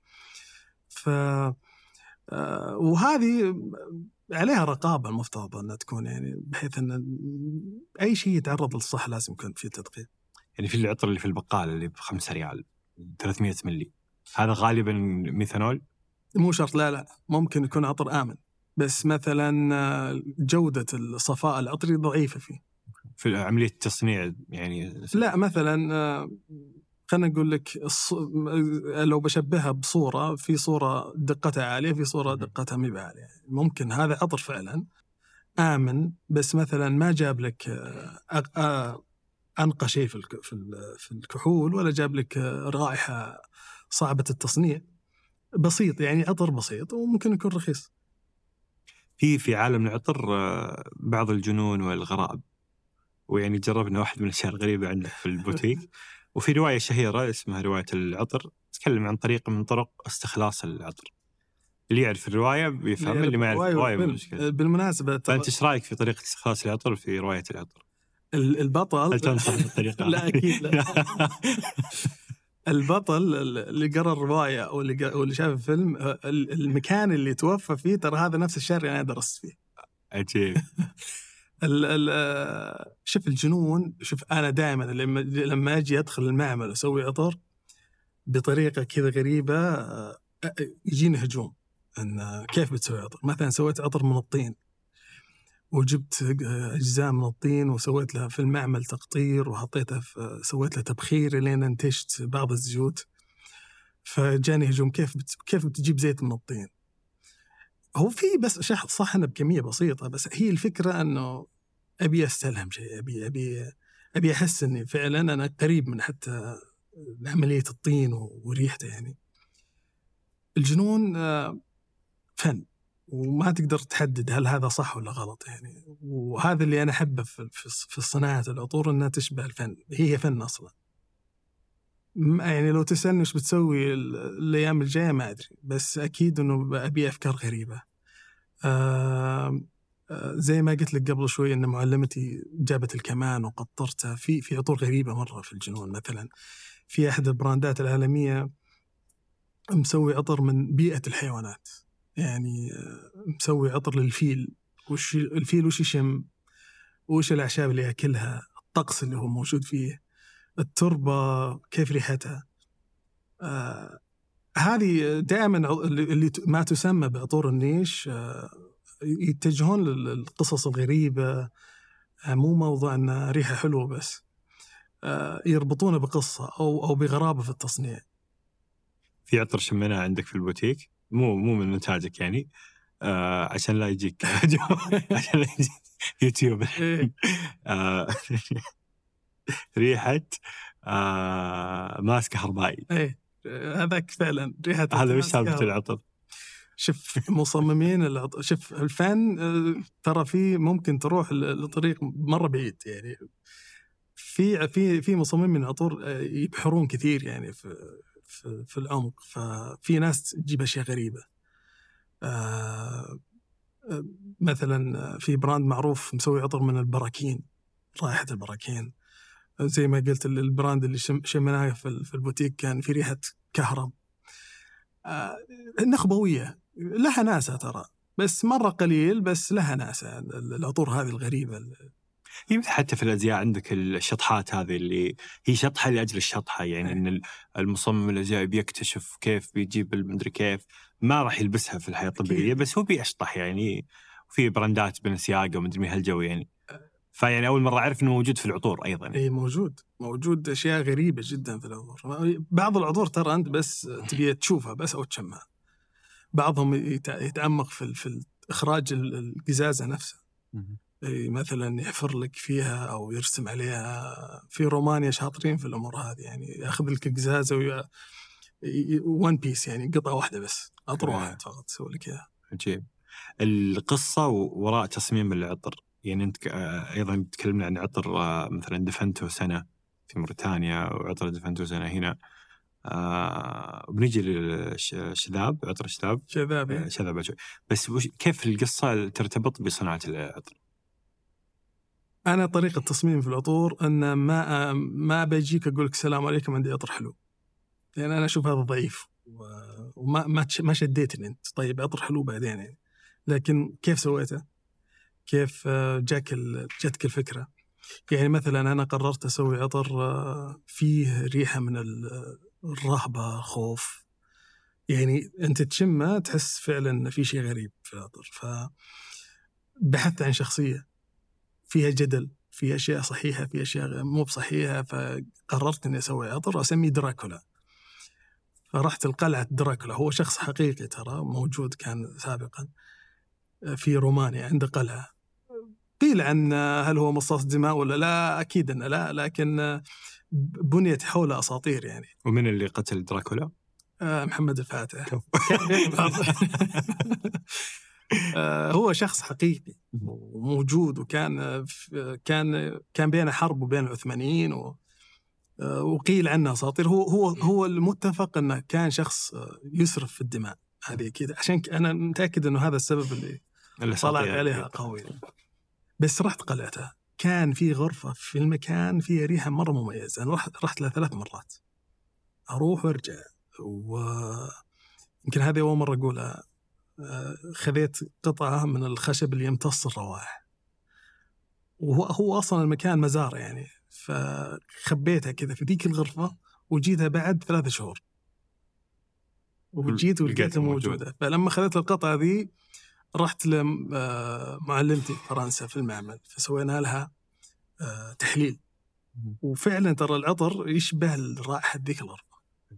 وهذه عليها رقابة المفترض أنها تكون، يعني بحيث أن أي شيء يتعرض للصحة لازم يكون فيه تدقيق. يعني في العطر اللي في البقالة اللي ب5 ريال 300 ملي، هذا غالبا ميثانول؟ مو شرط، لا ممكن يكون عطر آمن، بس مثلا جودة الصفاء العطري ضعيفة فيه في عملية التصنيع يعني. لا مثلا خلنا نقول لك لو بشبهها بصورة، في صورة دقتها عالية، في صورة دقتها مي بعالية. ممكن هذا عطر فعلا آمن، بس مثلا ما جاب لك أنقى شيء في الكحول، ولا جاب لك رائحة صعبة التصنيع، بسيط يعني عطر بسيط وممكن يكون رخيص. في عالم العطر بعض الجنون والغرائب، ويعني جربنا واحد من الأشياء الغريبة عندك في البوتيك وفي رواية شهيرة اسمها رواية العطر، تتكلم عن طريقة من طرق استخلاص العطر. اللي يعرف الرواية بيفهم، اللي ما يعرف الرواية مشكلة. بالمناسبة فأنت إيش رأيك في طريقة استخلاص العطر في رواية العطر؟ البطل هل تنصح بالطريقة؟ لا أكيد لا. البطل اللي قرأ الرواية أو اللي شاف الفيلم، المكان اللي توفى فيه ترى هذا نفس الشارع اللي أنا درست فيه. عجيب. شوف الجنون، شوف أنا دائما لما أجي أدخل المعمل وأسوي عطر بطريقة كذا غريبة يجيني هجوم أن كيف بتسوي عطر. مثلا سويت عطر من الطين، وجبت أجزاء من الطين وسويت لها في المعمل تقطير وحطيتها سويت لها تبخير لين انتجت بعض الزيوت. فجاني هجوم كيف بتجيب زيت من الطين؟ هو في بس صحن بكمية بسيطة، بس هي الفكرة أنه أبي أستلهم شيء، أبي أحس أني فعلا أنا قريب من حتى عملية الطين وريحته. يعني الجنون فن، وما تقدر تحدد هل هذا صح ولا غلط يعني. وهذا اللي أنا أحبه في صناعة العطور، أنها تشبه الفن، هي فن أصلا. يعني لو تسألني وش بتسوي الأيام الجاية ما أدري، بس أكيد أنه أبي أفكار غريبة. زي ما قلت لك قبل شوي أن معلمتي جابت الكمان وقطرتها في عطور غريبة مرة في الجنون. مثلا في أحد البراندات العالمية مسوي عطر من بيئة الحيوانات، يعني مسوي عطر للفيل. الفيل وش يشم، وش الأعشاب اللي يأكلها، الطقس اللي هو موجود فيه، التربة كيف ريحتها. هذه دائما اللي ما تسمى بعطور النيش يتجهون للقصص الغريبة، مو موضوع أن ريحة حلوة بس، يربطونه بقصة أو بغرابة في التصنيع. في عطر شميناه عندك في البوتيك، مو من إنتاجك يعني، عشان لا يجيك عشان لا يجيك يوتيوب. ريحة ماسك كهربائي. هذاك فعلا ريحة. هذا وش سالفة العطر؟ شوف مصممين العطر، شوف الفن ترى فيه ممكن تروح لطريق مرة بعيد. يعني في مصممين العطور يبحرون كثير يعني في العمق. ففي ناس تجيب أشياء غريبة. مثلا في براند معروف مسوي عطر من البراكين، رائحة البراكين. زي ما قلت البراند اللي شمناه في البوتيك كان في ريحة كهرب. نخبوية لها ناسها ترى، بس مرة قليل، بس لها ناسها العطور هذه الغريبة. يمكن حتى في الأزياء عندك الشطحات هذه اللي هي شطحة لأجل الشطحة، يعني إن المصمم الأزياء بيكتشف كيف بيجيب المدري كيف، ما راح يلبسها في الحياة الطبيعية بس هو بيشطح يعني. وفي براندات بنسياغا ومدري هالجو يعني. فيعني أول مرة أعرف إنه موجود في العطور أيضا يعني. إيه موجود أشياء غريبة جدا في العطور. بعض العطور ترى أنت بس تبي تشوفها بس أو تشمها. بعضهم يتعمق في إخراج القزازة نفسها. مثلا يحفر لك فيها أو يرسم عليها. في رومانيا شاطرين في الأمور هذه، يعني يأخذ لك قزازة وان بيس، يعني قطعة واحدة بس، عطر واحد فقط يسوي لك إياها. عجيب. القصة وراء تصميم العطر، يعني أنت أيضا تكلمنا عن عطر مثلا دفنته سنة في موريتانيا، وعطر دفنته سنة هنا. وبنيجي للشذاب، عطر الشذاب. شذاب بس كيف القصة ترتبط بصناعة العطر؟ أنا طريقة تصميم في العطور أن ما بيجيك أقول لك السلام عليكم عندي عطر حلو، لأن يعني أنا أشوف هذا ضعيف وما شديتني أنت. طيب عطر حلو بعدين يعني، لكن كيف سويته؟ كيف جتك الفكرة؟ يعني مثلا أنا قررت أسوي عطر فيه ريحة من الرهبة، خوف. يعني أنت تشمه تحس فعلا أن في شيء غريب في العطر. فبحثت عن شخصية فيها جدل، فيها أشياء صحيحة، فيها أشياء مو بصحيحة. فقررت أني أسوي عطر وأسميه دراكولا. فرحت القلعة دراكولا، هو شخص حقيقي ترى موجود كان سابقا في رومانيا، عنده قلعة. قيل عن هل هو مصاص دماء ولا لا، أكيد أنه لا، لكن بنيت حول أساطير يعني. ومن اللي قتل دراكولا؟ محمد الفاتح. هو شخص حقيقي وموجود، وكان كان بين حرب وبين العثمانيين وقيل عنه أساطير. هو المتفق أنه كان شخص يسرف في الدماء هذه كذا، عشان أنا متأكد أنه هذا السبب اللي طلعت عليها قوي. بس رحت قلعته، كان في غرفة في المكان فيها ريحة مرة مميزة. أنا رحت لها 3 مرات، أروح وأرجع، ويمكن هذه أول مرة أقولها. خذيت قطعة من الخشب اللي يمتص الروائح، وهو أصلا المكان مزار يعني، فخبيتها كذا في ذيك الغرفة، وجيتها بعد 3 شهور، وجيت ولقيتها موجودة. فلما خذيت القطعة ذي رحت لمعلمتي في فرنسا في المعمل، فسوينا لها تحليل، وفعلا ترى العطر يشبه الرائحة ذيك الغرفة.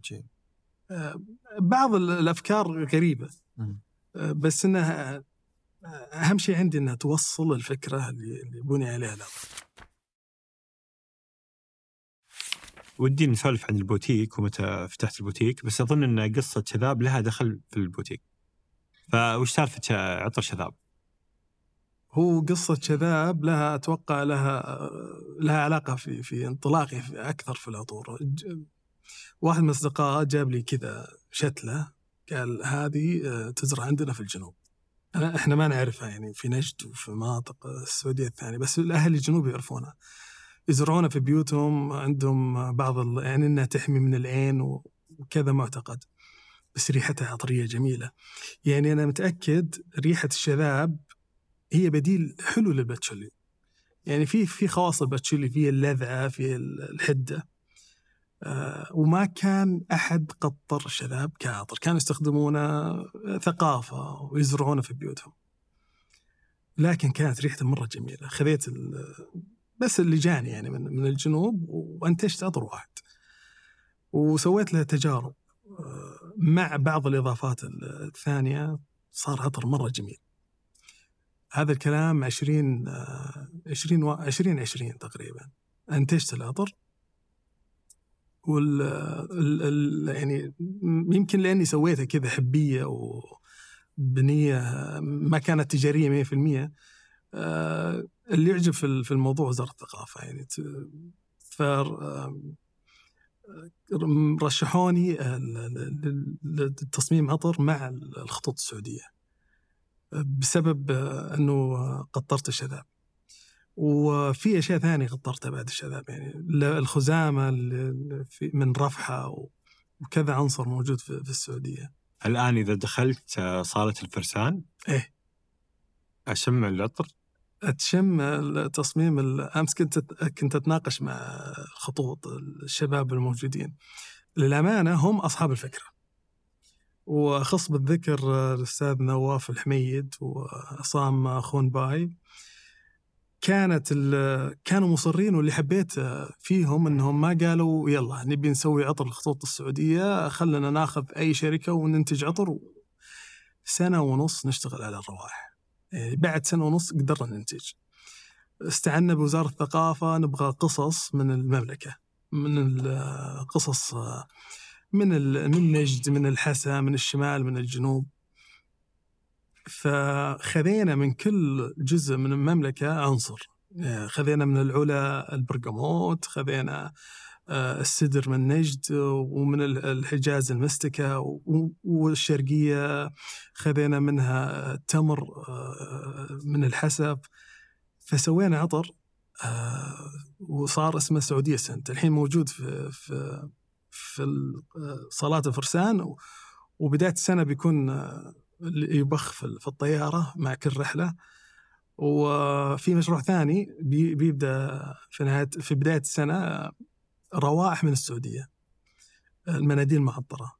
بعض الأفكار غريبة، بس إنها أهم شيء عندي إنها توصل الفكرة اللي بني عليها العطر. ودي نسولف عن البوتيك ومتى فتحت البوتيك، بس أظن أن قصة شذاب لها دخل في البوتيك، فوش سالفة عطر شذاب؟ هو قصة شذاب لها أتوقع لها علاقة في انطلاقي أكثر في العطور. واحد من أصدقائي جاب لي كذا شتلة، قال هذه تزرع عندنا في الجنوب، إحنا ما نعرفها يعني في نجد وفي مناطق السعودية الثانية، بس الأهل الجنوب يعرفونها، يزرعونها في بيوتهم، عندهم بعض يعني إنها تحمي من العين وكذا معتقد. بس ريحتها عطرية جميلة، يعني أنا متأكد ريحة الشذاب هي بديل حلو للباتشولي. يعني في خواص الباتشولي، فيه اللذعة، فيه الحدة، وما كان أحد قطر الشذاب كعطر، كانوا يستخدمونه ثقافة ويزرعونه في بيوتهم. لكن كانت ريحته مرة جميلة. خذيت بس اللي جاني يعني من الجنوب، وانتجت عطر واحد، وسويت له تجارب مع بعض الإضافات الثانية، صار عطر مرة جميل. هذا الكلام 2020 تقريبا أنتجت العطر. يعني يمكن لأني سويتها كذا حبية وبنية، ما كانت تجارية 100%. اللي يعجب في الموضوع وزارة الثقافة يعني، رشحوني لتصميم عطر مع الخطوط السعودية بسبب أنه قطرت الشذاب، وفي أشياء ثانية قطرتها بعد الشذاب، يعني الخزامة من رفحة وكذا عنصر موجود في السعودية. الآن إذا دخلت صالة الفرسان أشم العطر، أتشم التصميم. أمس كنت أتناقش مع الخطوط الشباب الموجودين، للأمانة هم أصحاب الفكرة، وأخص بالذكر الأستاذ نواف الحميد وعصام خونباي، كانوا مصرين. واللي حبيت فيهم أنهم ما قالوا يلا نبي نسوي عطر الخطوط السعودية، خلنا ناخذ أي شركة وننتج عطر. 1.5 سنة نشتغل على الروائح، يعني بعد 1.5 سنة قدرنا ننتج. استعنا بوزارة الثقافة، نبغى قصص من المملكة، من القصص من نجد، من الحسا، من الشمال، من الجنوب. فخذينا من كل جزء من المملكة عنصر. خذينا من العلا البرغموت، خذينا السدر من نجد، ومن الحجاز المستكة، والشرقية خذينا منها التمر من الحسب. فسوينا عطر وصار اسمه سعودية سنت، الحين موجود في صالات الفرسان، وبداية السنة بيكون يبخ في الطيارة مع كل رحلة. وفي مشروع ثاني بيبدأ في بداية السنة، روائح من السعودية، المناديل المعطرة.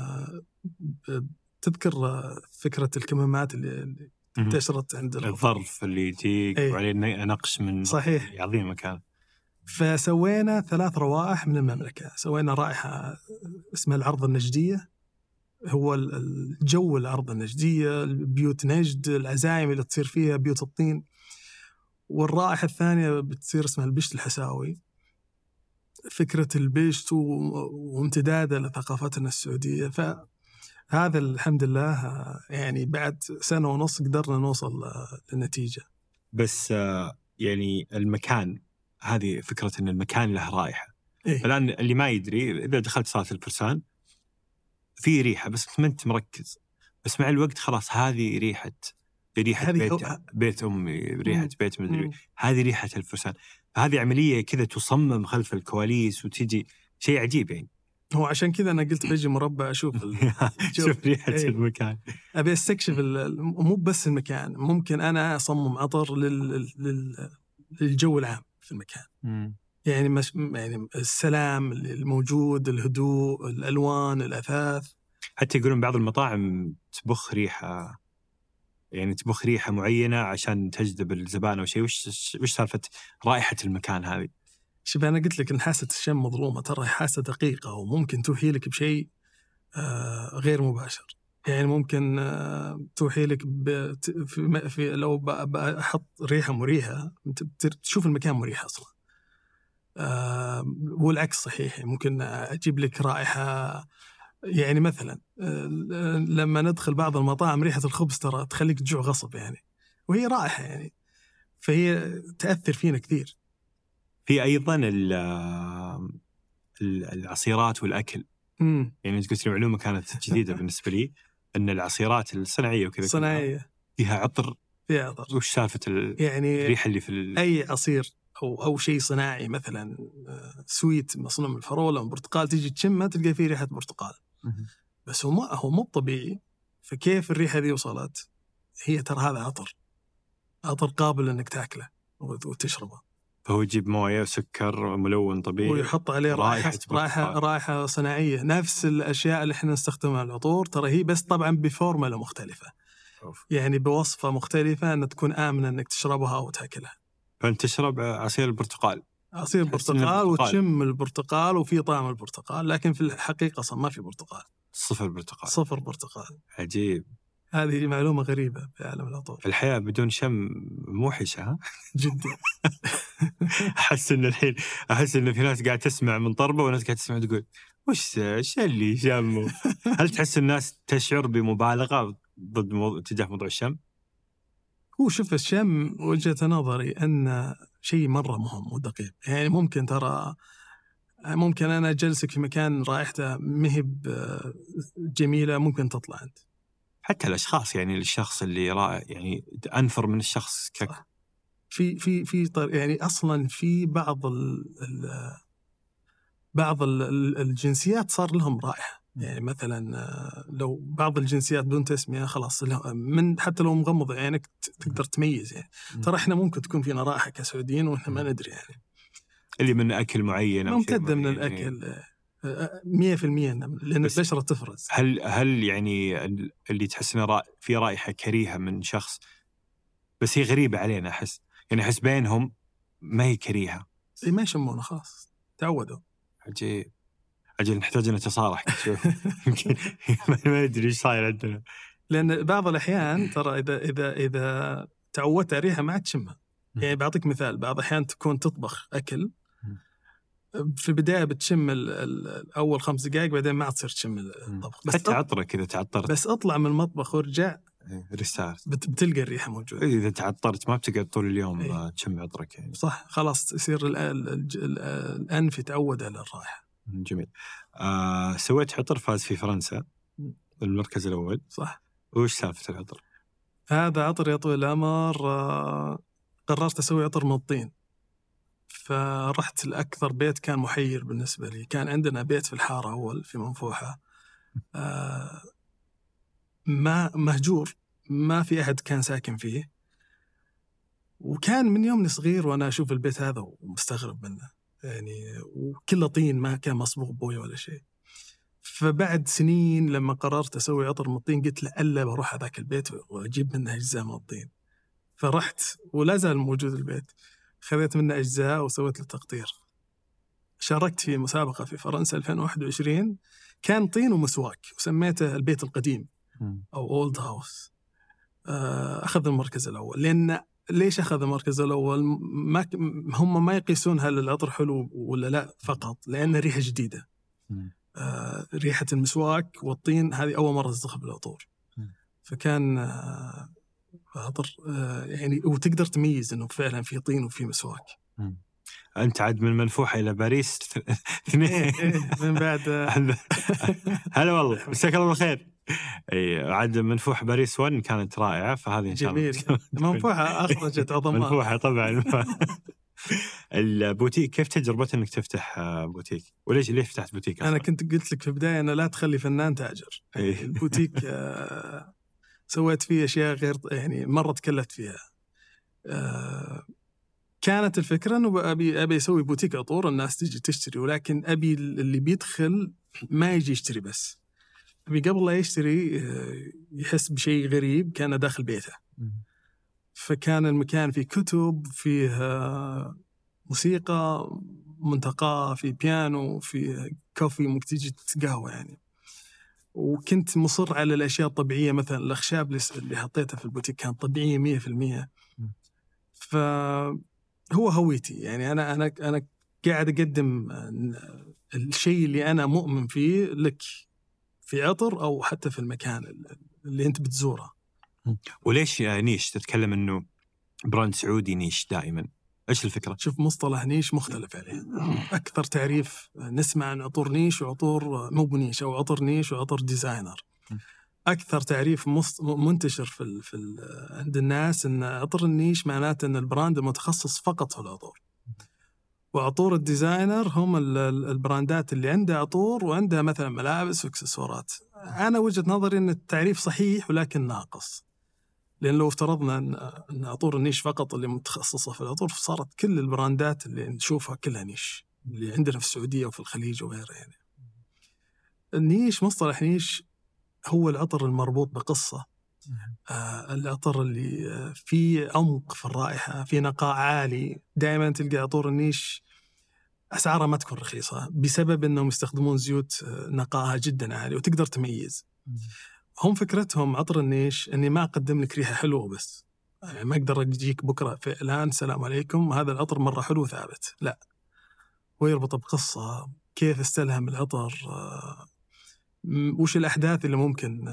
تذكر فكرة الكمامات اللي انتشرت عند الظرف اللي يجيك وعليه نقش من صحيح عظيم مكان. فسوينا 3 روائح من المملكة. سوينا رائحة اسمها العرض النجدية، هو الجو العرض النجدية، بيوت نجد، العزائم اللي تصير فيها بيوت الطين. والرائحة الثانية بتصير اسمها البشت الحساوي، فكرة البشت وامتدادها لثقافتنا السعودية. فهذا الحمد لله يعني بعد 1.5 سنة قدرنا نوصل للنتيجة. بس يعني المكان، هذه فكرة أن المكان له رائحة، إيه؟ الآن اللي ما يدري إذا دخلت صالة الفرسان في ريحة بس ما أنت مركز، بس مع الوقت خلاص هذه ريحة بيت أمي، ريحة بيت مدري، هذه ريحة الفرسان. هذه عملية كذا تصمم خلف الكواليس وتجي شيء عجيب يعني. هو عشان كذا أنا قلت بيجي مربع أشوف شوف ريحة إيه؟ المكان. أبي أستكشف مو بس المكان، ممكن أنا أصمم عطر للجو العام في المكان. يعني يعني السلام الموجود، الهدوء، الألوان، الأثاث. حتى يقولون بعض المطاعم تبخ ريحة، يعني تبخ ريحة معينة عشان تجذب الزبائن أو شيء. وش سالفة رائحة المكان هذه؟ شوف أنا قلت لك إن حاسة الشم مظلومة، ترى حاسة دقيقة وممكن توحي لك بشيء غير مباشر. يعني ممكن توحي لك في لو بحط ريحة مريحة تشوف المكان مريح أصلا. والعكس صحيح، ممكن أجيب لك رائحة. يعني مثلا لما ندخل بعض المطاعم ريحة الخبز ترى تخليك تجوع غصب يعني، وهي رائحة يعني، فهي تأثر فينا كثير. في أيضا العصيرات والأكل. يعني قلت لي معلومة كانت جديدة بالنسبة لي، أن العصيرات الصناعية وكذا صناعية فيها عطر. فيها عطر. وش سالفة يعني الريحة اللي في أي عصير أو شيء صناعي، مثلا سويت مصنوع من الفراولة والبرتقال، تيجي تشمها تلقى فيه ريحة برتقال. بس هو مو طبيعي. فكيف الريحة ذي وصلت؟ هي ترى هذا عطر قابل إنك تأكله وتشربه. فهو يجيب موية وسكر ملون طبيعي ويحط عليه رائحة صناعية. نفس الأشياء اللي احنا نستخدمها العطور ترى هي، بس طبعا بفورمولا مختلفة. يعني بوصفة مختلفة أن تكون آمنة أنك تشربها أو تأكلها. فأنت تشرب عصير البرتقال، عصير برتقال وتشم البرتقال وفي طعم البرتقال، لكن في الحقيقة أصلا ما في برتقال. صفر برتقال. عجيب. هذه معلومة غريبة في عالم العطور. الحياة بدون شم موحشة جدا. أحس إن في ناس قاعد تسمع من طربة وناس قاعد تسمع تقول وش اللي شمه. هل تحس الناس تشعر بمبالغة تجاه موضوع الشم؟ هو شوف، الشم وجهة نظري أن شيء مرة مهم ودقيق. يعني ممكن أنا أجلسك في مكان رائحته مهب جميلة، ممكن تطلع أنت. حتى الأشخاص، يعني الشخص اللي رائع يعني أنفر من الشخص في يعني أصلا في بعض الجنسيات صار لهم رائحة. يعني مثلا لو بعض الجنسيات بدون تسمية خلاص من حتى لو مغمض عينك تقدر تميز. يعني ترى احنا ممكن تكون فينا رائحة كسعوديين واحنا ما ندري، يعني اللي من أكل معين أو شيء ممتدة من الأكل 100%، لأن البشرة تفرز. هل يعني اللي تحس إنه في رائحة كريهة من شخص بس هي غريبة علينا، أحس بينهم ما هي كريهة، ما يشمونه خلاص تعودوا. عجيب. أجل نحتاج نتصارح شوف. يمكن ما ندري إيش صاير عندنا. لأن بعض الأحيان ترى إذا تعودت على ريحة ما عاد تشمها. يعني بعطيك مثال، بعض الأحيان تكون تطبخ أكل في البداية بتشم أول 5 دقائق، بعدين ما تصير تشم الطبخ. بس حتى عطرة كذا تعطرت، بس أطلع من المطبخ وارجع ريستارت بتلقى الريحة موجودة. إذا تعطرت ما بتقعد طول اليوم تشم عطرك يعني. صح، خلاص يصير الأنف يتعود على الرائحة. جميل. سويت عطر فاز في فرنسا المركز الأول، صح؟ وش سالفة العطر؟ هذا عطر يا طويل العمر. قررت أسوي عطر من الطين، فرحت لأكثر بيت كان محير بالنسبة لي. كان عندنا بيت في الحارة أول في منفوحة، ما مهجور، ما في أحد كان ساكن فيه. وكان من يومني صغير وأنا أشوف البيت هذا ومستغرب منه، يعني وكله طين، ما كان مصبوغ بوية ولا شيء. فبعد سنين لما قررت أسوي عطر من الطين قلت لألا بروح هذاك البيت وأجيب منه أجزاء من الطين. فرحت ولا زال موجود البيت، خذيت منه أجزاء وسويت له تقطير. شاركت في مسابقة في فرنسا 2021، كان طين ومسواك، وسميته البيت القديم أو أولد هاوس. أخذ المركز الأول. لأن ليش أخذ المركز الأول؟ هم ما يقيسون هل العطر حلو ولا لا فقط، لأن ريحة جديدة. ريحة المسواك والطين هذه أول مرة تدخل بالعطور، فكان عطر يعني، وتقدر تميز إنه فعلا في طين وفي مسواك. أنت عاد من منفوحة إلى باريس 2. من بعد هلا والله، مساك الله بالخير. اي عاد منفوح باريس 1 كانت رائعة، فهذه إن شاء الله جميل. منفوحة أخرجت عظماء. منفوحة طبعا. البوتيك، كيف تجربة إنك تفتح بوتيك؟ وليش فتحت بوتيك أصلاً؟ أنا كنت قلت لك في البداية أنا لا تخلي فنان تاجر. إيه. البوتيك سويت فيه أشياء غير يعني مرة تكلفت فيها. كانت الفكرة أنه أبي أسوي بوتيك عطور الناس تيجي تشتري، ولكن أبي اللي بيدخل ما يجي يشتري بس، أبي قبل لا يشتري يحس بشيء غريب كان داخل بيته. فكان المكان فيه كتب، فيه موسيقى، منتقى، في بيانو، في كوفي ممكن تيجي تتقهوى يعني. وكنت مصر على الأشياء الطبيعية، مثلا الأخشاب اللي حطيتها في البوتيك كانت طبيعية 100%. فهو هويتي يعني. أنا قاعد أقدم الشيء اللي أنا مؤمن فيه لك في عطر أو حتى في المكان اللي أنت بتزوره. وليش نيش؟ تتكلم إنه براند سعودي نيش دائما، إيش الفكرة؟ شوف، مصطلح نيش مختلف عليه. أكثر تعريف نسمع عن عطور نيش وعطور مو بنيش، أو عطر نيش وعطر ديزاينر. أكثر تعريف منتشر عند الناس إن عطر النيش معناته إن البراند المتخصص فقط في العطور، وعطور الديزاينر هم البراندات اللي عندها عطور وعندها مثلا ملابس واكسسوارات. أنا وجهة نظري إن التعريف صحيح ولكن ناقص، لأن لو افترضنا أن عطور النيش فقط اللي متخصصة في العطور، صارت كل البراندات اللي نشوفها كلها نيش، اللي عندنا في السعودية وفي الخليج وغيره يعني. النيش، مصطلح نيش هو العطر المربوط بقصة، العطر اللي فيه عمق في الرائحة، فيه نقاء عالي. دائما تلقى عطور النيش أسعارها ما تكون رخيصة بسبب أنهم يستخدمون زيوت نقاءها جدا عالي وتقدر تميز. هم فكرتهم عطر النيش أني ما أقدم لك ريحة حلوة بس، يعني ما أقدر أجيك بكرة فعلان السلام عليكم هذا العطر مرة حلو ثابت، لا، هو يربط بقصة، كيف استلهم العطر، وش الأحداث اللي ممكن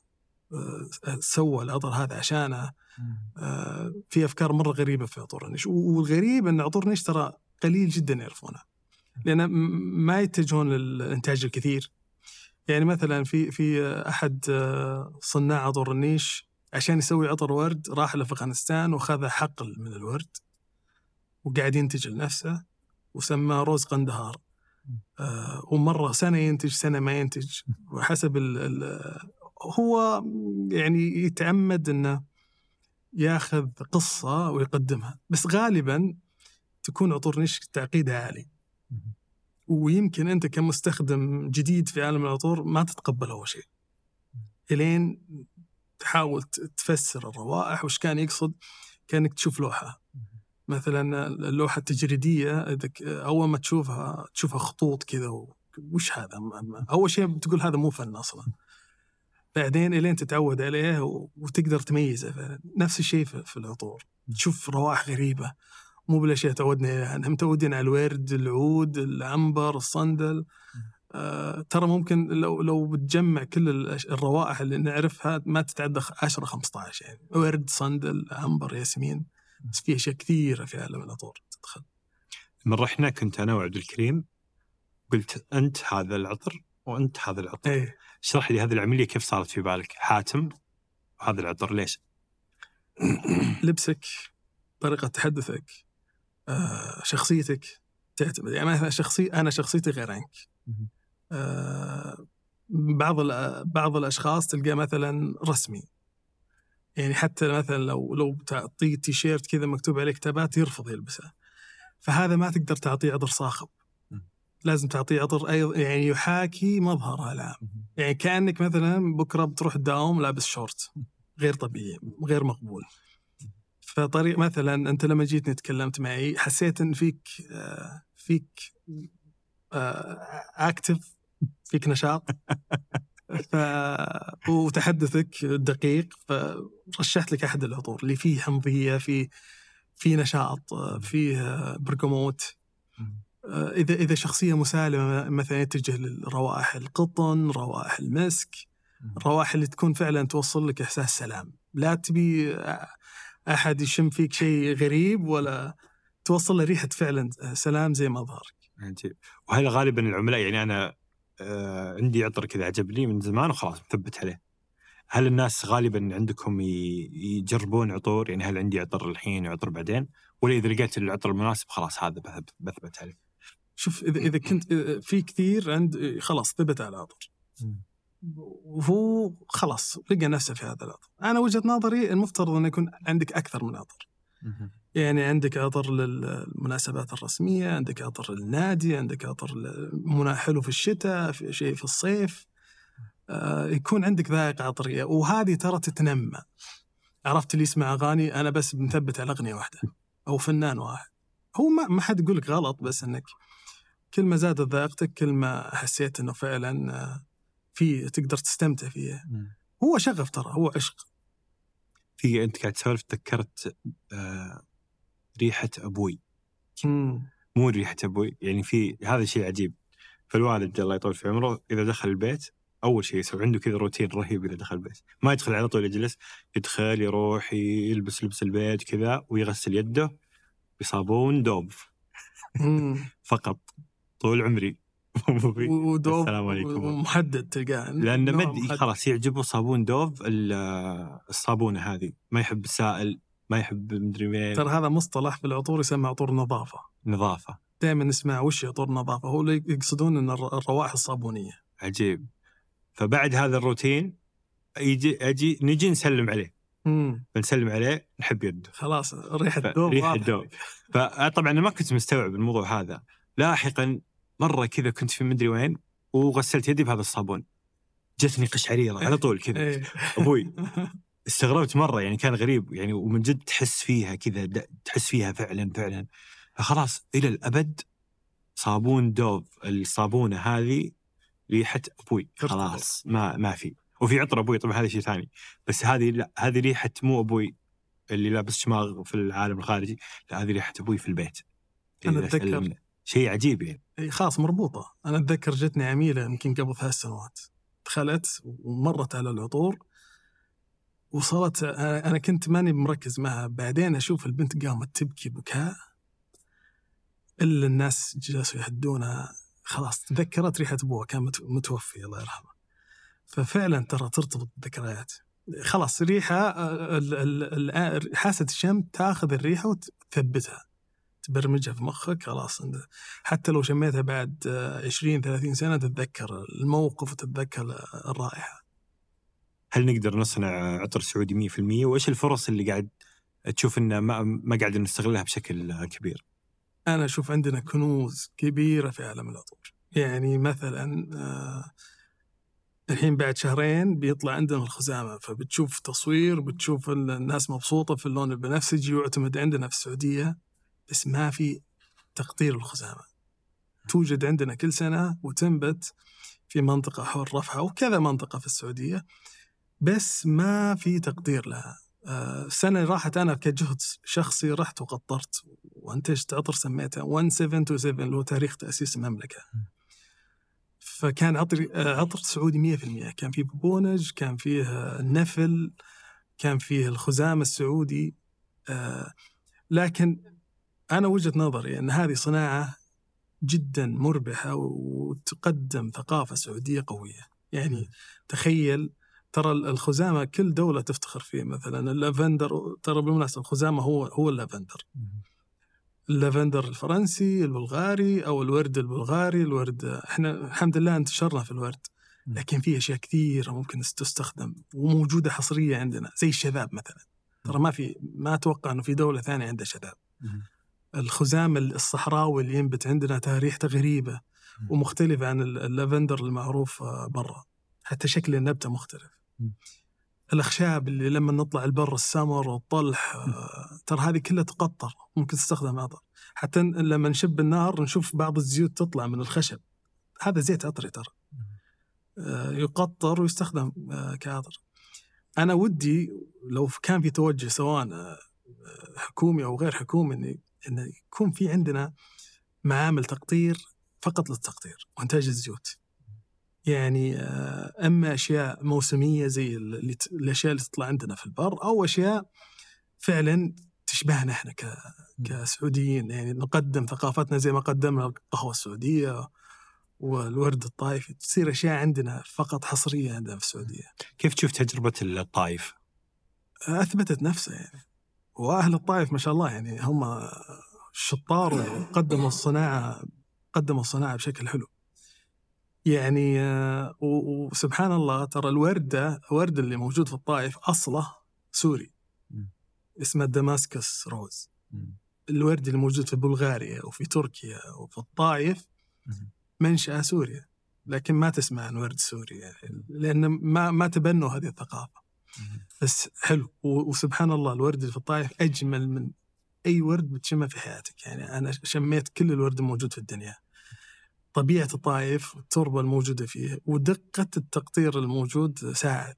سوى العطر هذا عشانه. في أفكار مرة غريبة في عطور النيش، والغريب أن عطور النيش ترى قليل جدا يعرفونها، لأن ما يتجهون للإنتاج الكثير. يعني مثلا في أحد صناع عطور النيش عشان يسوي عطر ورد راح لأفغانستان وخذ حقل من الورد وقاعد ينتج لنفسه وسماه روز قندهار. ومرة سنة ينتج، سنة ما ينتج، وحسب هو يعني يتعمد أنه ياخذ قصة ويقدمها، بس غالبا تكون عطور نيش تعقيدها عالي، ويمكن أنت كمستخدم جديد في عالم العطور ما تتقبل أول شيء إلين تحاول تفسر الروائح وش كان يقصد. كأنك تشوف لوحة مثلا، اللوحة التجريدية أول ما تشوفها خطوط كذا، وش هذا؟ أول شيء بتقول هذا مو فن أصلا، بعدين إلين تتعود عليه وتقدر تميزه. نفس الشيء في العطور، تشوف روائح غريبة مو بالأشياء تعودنا عنها، متعودين على الورد، العود، العنبر، الصندل. ترى ممكن لو بتجمع كل الروائح اللي نعرفها ما تتعدى 10-15 يعني، ورد، صندل، عنبر، ياسمين، بس في أشياء كثيرة في عالم العطور تدخل. من رحنا كنت أنا وعبد الكريم، قلت أنت هذا العطر وأنت هذا العطر. اشرح لي هذه العملية كيف صارت في بالك، حاتم هذا العطر ليش؟ لبسك، طريقة تحدثك، شخصيتك تعتمد. يعني أنا شخصيتي غير عنك. بعض الأشخاص تلقى مثلا رسمي، يعني حتى مثلا لو تعطيه تيشيرت كذا مكتوب عليه كتابات يرفض يلبسه، فهذا ما تقدر تعطيه عطر صاخب، لازم تعطيه عطر يعني يحاكي مظهره العام. يعني كأنك مثلا بكرة بتروح الدوام لابس شورت، غير طبيعي، غير مقبول. فطريق مثلا أنت لما جيت تكلمت معي حسيت أن فيك أكتف، فيك نشاط وتحدثك دقيق، فرشحت لك أحد العطور اللي فيه حمضية، فيه نشاط، فيه برغموت. إذا شخصية مسالمة مثلا يتجه للروائح القطن، روائح المسك، الروائح اللي تكون فعلا توصل لك إحساس سلام. لا تبي أحد يشم فيك شيء غريب ولا توصل له ريحة فعلا سلام زي ما ظهرك. عجيب. وهذا غالبا العملاء، يعني أنا عندي عطر كذا عجبني من زمان وخلاص مثبت عليه. هل الناس غالبا عندكم يجربون عطور؟ يعني هل عندي عطر الحين وعطر بعدين، ولا إذا لقيت العطر المناسب خلاص هذا بثبت عليه؟ شوف، إذا كنت في كثير عند خلاص ثبت على العطر وهو خلاص لقى نفسه في هذا العطر. أنا وجهة نظري المفترض أن يكون عندك أكثر من عطر. يعني عندك عطر للمناسبات الرسمية، عندك عطر للنادي، عندك عطر حلو في الشتاء، في شيء في الصيف. يكون عندك ذائقة عطرية، وهذه ترى تتنمى. عرفت اللي يسمع أغاني أنا بس مثبت على أغنية واحدة أو فنان واحد، هو ما حد يقولك غلط، بس أنك كل ما زادت ذائقتك كل ما حسيت أنه فعلا في تقدر تستمتع فيه. هو شغف ترى، هو عشق. في أنت قاعد تسولف تذكرت ريحة أبوي. مو ريحة أبوي، يعني في هذا شيء عجيب. فالوالد الله يطول في عمره إذا دخل البيت أول شيء يسوي عنده كذا روتين رهيب. إذا دخل البيت ما يدخل على طول يجلس، يدخل يروح يلبس لبس البيت كذا ويغسل يده بصابون دوف فقط طول عمري. ودوف السلام عليكم. محدد تلقاه لأن مدي خلاص يعجبه صابون دوف. الصابونة هذه ما يحب السائل، ما يحب مدري وين. ترى هذا مصطلح في العطور يسمى عطور نظافة. دائما نسمع وش عطور نظافة، هو اللي يقصدون أن الروائح الصابونية. عجيب. فبعد هذا الروتين نجي نسلم عليه. بنسلم عليه نحب يده خلاص ريحة دوف. فطبعا أنا ما كنت مستوعب الموضوع هذا. لاحقا مرة كذا كنت في مدري وين وغسلت يدي بهذا الصابون، جتني قشعريرة على طول كذا. أبوي استغربت مرة، يعني كان غريب يعني، ومن جد تحس فيها كذا، تحس فيها فعلا. فخلاص إلى الأبد صابون دوف، الصابونة هذه ريحة أبوي خلاص ما في. وفي عطر أبوي طبعا هذا شيء ثاني، بس هذه لا، هذه ريحة مو أبوي اللي لابس شماغ في العالم الخارجي، لا هذه ريحة أبوي في البيت. أنا أتذكر شيء عجيب يعني. خاص مربوطة. أنا أتذكر جتني عميلة يمكن قبل 3 سنوات، دخلت ومرت على العطور وصلت. أنا كنت ماني مركز معها، بعدين أشوف البنت قامت تبكي بكاء، إلا الناس جلسوا يهدونها. خلاص تذكرت ريحة أبوها، كان متوفي الله يرحمه. ففعلا ترى ترتبط بالذكريات. خلاص ريحة حاسة الشم تأخذ الريحة وتثبتها، تبرمجها في مخك خلاص. حتى لو شميتها بعد 20-30 سنة تتذكر الموقف وتتذكر الرائحة. هل نقدر نصنع عطر سعودي 100%؟ وإيش الفرص اللي قاعد تشوف إن ما قاعد نستغلها بشكل كبير؟ أنا أشوف عندنا كنوز كبيرة في عالم العطور. يعني مثلا الحين بعد 2 شهر بيطلع عندنا الخزامة، فبتشوف تصوير، بتشوف الناس مبسوطة في اللون البنفسجي، ويعتمد عندنا في السعودية، بس ما في تقطير الخزامة. توجد عندنا كل سنة وتنبت في منطقة حول رفحة وكذا منطقة في السعودية، بس ما في تقدير لها. السنة اللي راحت أنا كجهد شخصي رحت وقطرت وانتجت عطر سميته 1727 اللي هو تاريخ تأسيس المملكة. فكان عطر سعودي 100%. كان فيه بونج، كان فيه النفل، كان فيه الخزام السعودي. لكن أنا وجهة نظري أن هذه صناعة جدا مربحة وتقدم ثقافة سعودية قوية. يعني تخيل، ترى الخزامة كل دولة تفتخر فيه. مثلا اللافندر، ترى بالمناسبة الخزامة هو اللافندر. اللافندر الفرنسي، البلغاري، أو الورد البلغاري، الورد إحنا الحمد لله انتشرنا في الورد، لكن فيه أشياء كثيرة ممكن تستخدم وموجودة حصرية عندنا، زي الشذاب مثلا. ترى ما أتوقع أنه في دولة ثانية عندها شذاب. الخزام الصحراوي اللي ينبت عندنا ريحته غريبة ومختلفة عن اللافندر المعروف برا، حتى شكل النبتة مختلف. الأخشاب اللي لما نطلع البر، السمر والطلح، ترى هذه كلها تقطر، ممكن تستخدم عطر. حتى لما نشب النار نشوف بعض الزيوت تطلع من الخشب، هذا زيت عطري ترى، يقطر ويستخدم كعطر. أنا ودي لو كان في توجه سواء حكومي أو غير حكومي إن يكون في عندنا معامل تقطير فقط للتقطير وإنتاج الزيوت. يعني أما أشياء موسمية زي الأشياء اللي تطلع عندنا في البر، أو أشياء فعلا تشبهنا إحنا كسعوديين، يعني نقدم ثقافتنا زي ما قدمنا القهوة السعودية والورد الطائفي، تصير أشياء عندنا فقط حصرية عندنا في السعودية. كيف تشوف تجربة الطائف؟ أثبتت نفسها يعني، وأهل الطائف ما شاء الله يعني هم شطار وقدموا الصناعة بشكل حلو يعني. وسبحان الله ترى الورد اللي موجود في الطائف أصله سوري، اسمه دماسكس روز. الورد اللي موجود في بلغاريا وفي تركيا وفي الطائف منشأ سوريا، لكن ما تسمع عن ورد سوري يعني لأن ما تبنوا هذه الثقافة. بس حلو، وسبحان الله الورد اللي في الطائف أجمل من أي ورد بتشمه في حياتك. يعني أنا شميت كل الورد الموجود في الدنيا. طبيعة الطائف والتربة الموجودة فيه ودقة التقطير الموجود ساعد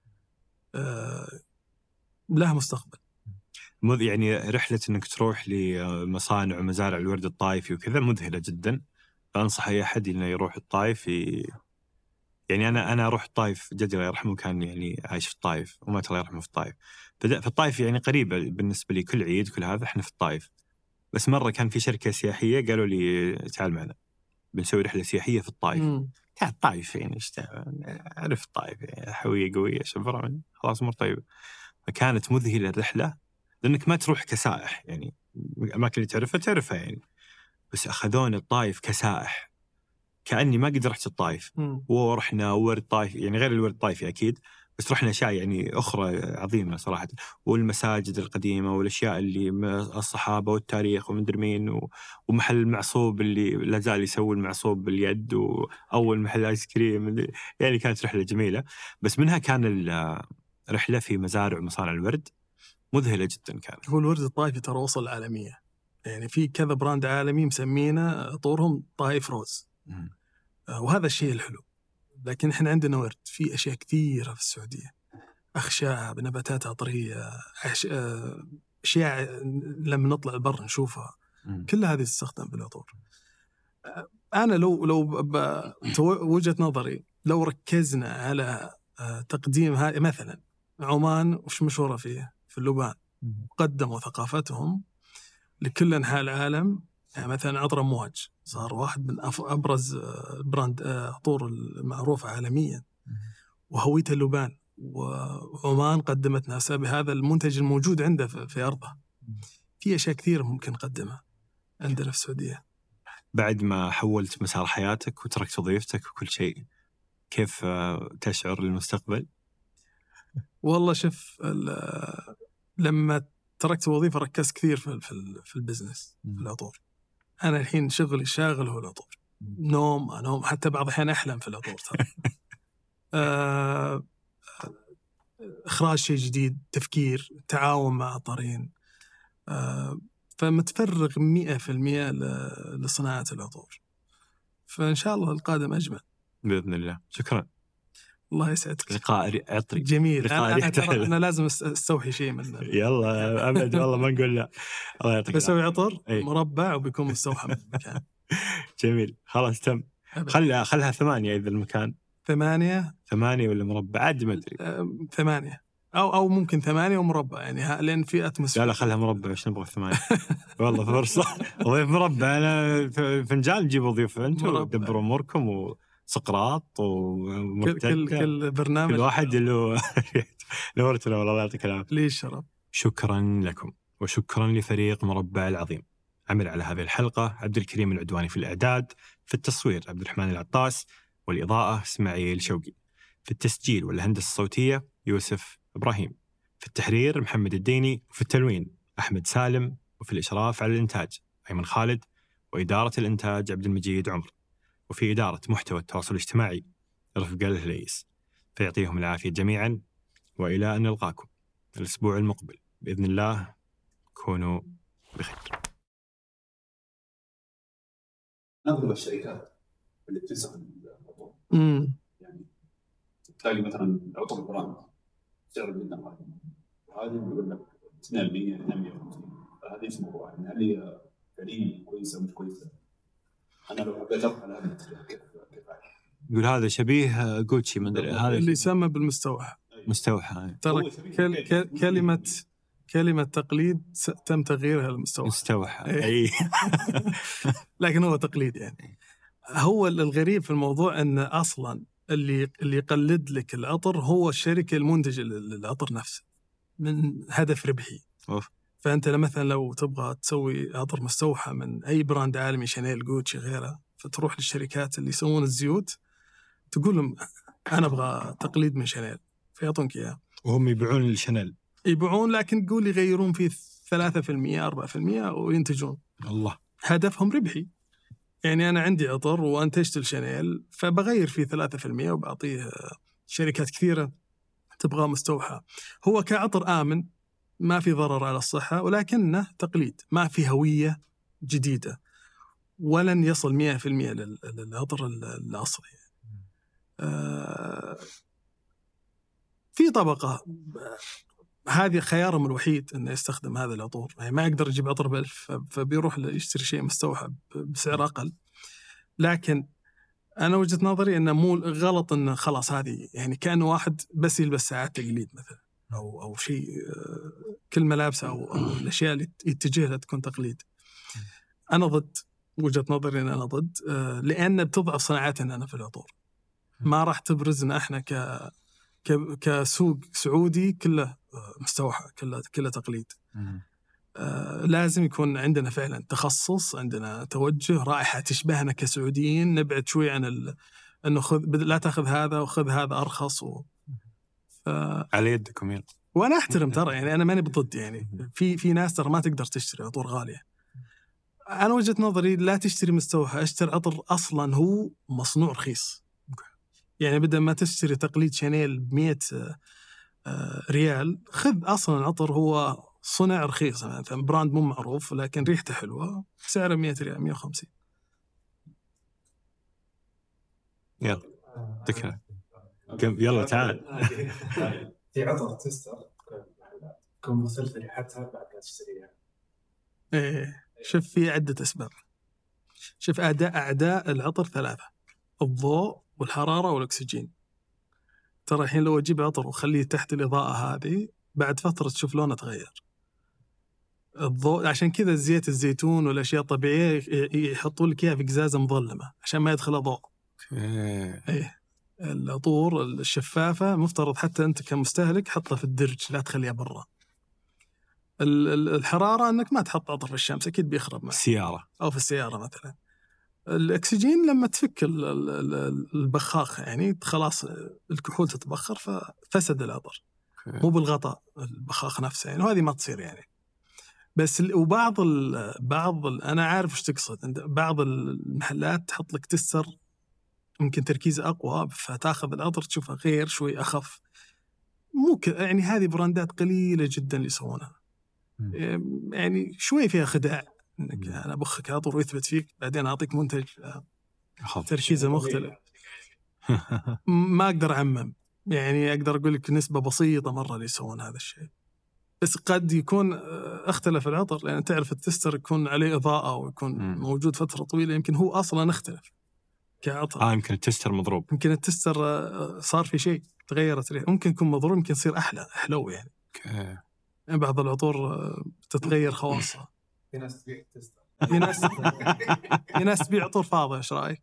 لها مستقبل. يعني رحلة أنك تروح لمصانع ومزارع الورد الطائفي وكذا مذهلة جدا. فأنصح أي أحد إنه يروح الطائف. يعني أنا أروح الطائف، جدي الله يرحمه كان يعني عايش في الطائف ومات الله يرحمه في الطائف. في الطائف يعني قريبة بالنسبة لي، كل عيد كل هذا إحنا في الطائف. بس مرة كان في شركة سياحية قالوا لي تعال معنا بنسوي رحلة سياحية في الطائف. تعال الطائف يعني أعرف الطائف يعني حوية قوية شبرا خلاص أمور طيبة. فكانت مذهلة الرحلة، لأنك ما تروح كسائح يعني، الأماكن اللي تعرفها يعني، بس أخذون الطائف كسائح كأني ما قد رحت الطائف. ورحنا ورد طائف يعني غير الورد الطائفي أكيد، بس رحنا أشياء يعني أخرى عظيمة صراحة، والمساجد القديمة والأشياء اللي الصحابة والتاريخ ومدري مين، ومحل المعصوب اللي لا زال يسوي المعصوب باليد، وأول محل آيس كريم. يعني كانت رحلة جميلة. بس منها كان رحلة في مزارع ومصانع الورد مذهلة جدا كانت. هو الورد الطائفي ترى وصل عالمية، يعني في كذا براند عالمي مسمينه طورهم طائف روز. وهذا الشيء الحلو. لكن احنا عندنا ورد في أشياء كثيرة في السعودية، أخشاب، نباتات عطرية، أشياء لما نطلع البر نشوفها، كل هذه تستخدم بالعطور. أنا لو وجهة نظري لو ركزنا على تقديم هذه، مثلا عمان وش مشهورة فيه في اللبان، قدموا ثقافتهم لكل أنحاء العالم. يعني مثلا عطر أمواج صار واحد من أبرز براند عطور المعروفة عالميا، وهويته اللبان، وعمان قدمت نفسها بهذا المنتج الموجود عنده في أرضها. في أشياء كثيرة ممكن نقدمها عندنا في السعودية. بعد ما حولت مسار حياتك وتركت وظيفتك وكل شيء، كيف تشعر للمستقبل؟ والله شوف، لما تركت الوظيفة ركزت كثير في البزنس، في العطور. أنا الحين شغلي شاغل هو العطور، نوم حتى بعض الأحيان أحلم في العطور ترى. إخراج شيء جديد، تفكير، تعاون مع عطارين، فمتفرغ 100% لصناعة العطور. فإن شاء الله القادم أجمل بإذن الله. شكرا، الله يسعدك. لقاء عطري جميل. أنا لازم أستوحي شيء من يلا أبد والله ما نقول لا. الله يعطيك. بسوي عطر مربع وبيكون مستوحى من المكان. جميل، خلاص تم. خلها 8 إذا المكان 8 ولا مربع عاد ما أدري. 8 أو ممكن 8 ومربع يعني لأن في أتموسفير. لا خلها مربع عشان نبغى 8. والله فرصة ضيف مربع. أنا فنجان نجيب ضيوف أنتم ودبروا أموركم وسقراط كل برنامج كل واحد له نورتنا والله. الله يعطيك العافية. لي الشرف. شكرا لكم وشكرا لفريق مربع العظيم. عمل على هذه الحلقة عبد الكريم العدواني في الإعداد، في التصوير عبد الرحمن العطاس، والإضاءة إسماعيل شوقي، في التسجيل والهندسة الصوتية يوسف إبراهيم، في التحرير محمد الديني، وفي التلوين أحمد سالم، وفي الإشراف على الإنتاج أيمن خالد، وإدارة الإنتاج عبد المجيد عمر، وفي إدارة محتوى التواصل الاجتماعي رفقة الهليس. فيعطيهم العافية جميعا، وإلى أن نلقاكم الأسبوع المقبل بإذن الله. كونوا بخير. أغلب الشركات اللي بتستخدم العطور يعني تلاقي مثلا عطر البراند سعر جدا غالي، هذه بيقول لك 200 250. فهذه ايش الموضوع؟ يعني هل هي فعليا كويسه مش كويسه؟ انا لو حبيت ابحث عن هذا كيف يقول هذا شبيه جوتشي من هذا اللي يسمى بالمستوحى. مستوحى. ترى كلمة كلمة تقليد تم تغييرها لمستوحى. مستوحى أي. لكن هو تقليد يعني. هو الغريب في الموضوع أن أصلا اللي يقلد لك العطر هو الشركة المنتجة للعطر نفسه من هدف ربحي. فأنت مثلا لو تبغى تسوي عطر مستوحى من أي براند عالمي، شانيل، جوتشي، غيره، فتروح للشركات اللي يسوون الزيوت تقول لهم أنا أبغى تقليد من شانيل، فيعطونك إياه. وهم يبيعون الشانيل، يبيعون، لكن تقول يغيرون فيه 3% 4% وينتجون. الله، هدفهم ربحي. يعني أنا عندي عطر وأنتجت الشانيل، فبغير فيه 3% وبعطيه شركات كثيرة تبغى مستوحى. هو كعطر آمن، ما في ضرر على الصحة، ولكنه تقليد، ما في هوية جديدة، ولن يصل 100% للعطر الأصلي. في طبقة هذه خيارهم الوحيد أنه يستخدم هذا العطور، يعني ما يقدر يجيب عطر ب1000 فبيروح يشتري شيء مستوحى بسعر أقل. لكن أنا وجهة نظري أنه مو غلط أنه خلاص هذه يعني كأنه واحد بس يلبس ساعات تقليد مثلا أو شيء، كل ملابسه أو الأشياء اللي يتجه لها تكون تقليد. أنا ضد، وجهة نظري أن أنا ضد، لأن بتضعف صناعتنا أنا في العطور. ما راح تبرزنا إحنا كسوق سعودي كله مستوحى، كله تقليد. لازم يكون عندنا فعلا تخصص، عندنا توجه، رائحة تشبهنا كسعوديين، نبعد شوي عن أنه لا تأخذ هذا وخذ هذا أرخص على يدكم يلا. وأنا أحترم ترى، يعني أنا ماني بضد، يعني في ناس ترى ما تقدر تشتري عطور غالية. أنا وجهة نظري لا تشتري مستوحى، اشتري عطر أصلا هو مصنوع رخيص. يعني بدل ما تشتري تقليد شانيل ب100 ريال، خذ أصلا عطر هو صنع رخيص، مثلا براند مو معروف لكن ريحته حلوة، سعره 100 ريال 150. يلا تكلم، يلا تعال. في عطر تستر تكون مختلفة ريحتها بعد ما تشتريها. شوف، في عدة أسباب. شوف، أعداء العطر 3: الضوء والحرارة والأكسجين. ترى الحين لو أجيب عطر وخليه تحت الإضاءة هذه، بعد فترة تشوف لونه تغير. الضوء، عشان كذا زيت الزيتون والأشياء الطبيعية يحطوا لك إياها في قزازة مظلمة عشان ما يدخل ضوء. العطور الشفافة مفترض حتى أنت كمستهلك حطها في الدرج، لا تخليها برا. الحرارة أنك ما تحط عطر في الشمس، أكيد بيخرب معك. السيارة أو في السيارة مثلا. الأكسجين لما تفك البخاخ، يعني خلاص الكحول تتبخر ففسد العطر، مو بالغطاء البخاخ نفسه يعني، وهذه ما تصير يعني. بس وبعض أنا عارف وش تقصد. بعض المحلات تحط لك تستر ممكن تركيزه أقوى، فتاخذ العطر تشوفه غير شوي أخف. مو يعني هذه براندات قليلة جدا اللي يسوونها، يعني شوي فيها خداع، إنك أنا بخك عطر ويثبت فيك، بعدين أعطيك منتج تركيزه مختلف. ما أقدر أعمم، يعني أقدر أقول لك نسبة بسيطة مرة اللي يسوون هذا الشيء، بس قد يكون اختلف العطر، لأن تعرف التستر يكون عليه إضاءة ويكون موجود فترة طويلة، يمكن هو أصلا اختلف كعطر. يمكن التستر مضروب، يمكن التستر صار في شيء تغيرت ريحة، ممكن يكون مضروب، يمكن يصير أحلو يعني. يعني بعض العطور تتغير خواصها. في ناس تبيع التستر، في ناس تبيع عطور فاضية. إيش رأيك؟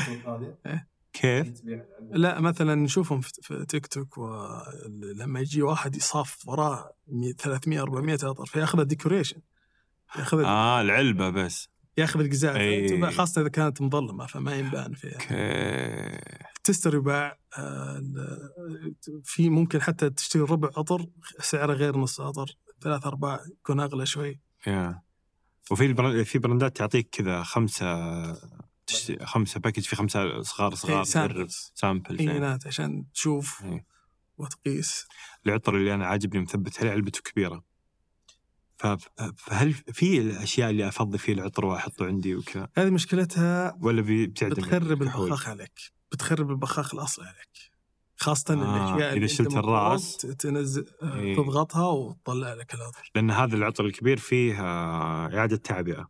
كيف؟ لا، مثلا نشوفهم في تيك توك، ولما يجي واحد يصاف وراه 300 400 عطر، فياخذ ديكوريشن، ياخذ العلبة بس، ياخذ القزاز، خاصة إذا كانت مظلمة فما ينبان فيها. تستر يباع في، ممكن حتى تشتري ربع عطر سعره غير نص عطر، 3/4 يكون أغلى شوي. وفي براندات تعطيك كذا 5 باكج في 5 صغار سامبل عينات عشان تشوف وتقيس. العطر اللي أنا عاجبني مثبت عليه علبته كبيرة، فهل في الأشياء اللي أفضل فيه العطر وأحطه عندي وكذا؟ هذه مشكلتها، ولا بتخرب البخاخ عليك، بتخرب البخاخ الأصلي عليك، خاصة الأشياء إذا شلت الرأس تنزل تضغطها وتطلع لك العطر، لأن هذا العطر الكبير فيه إعادة تعبئة.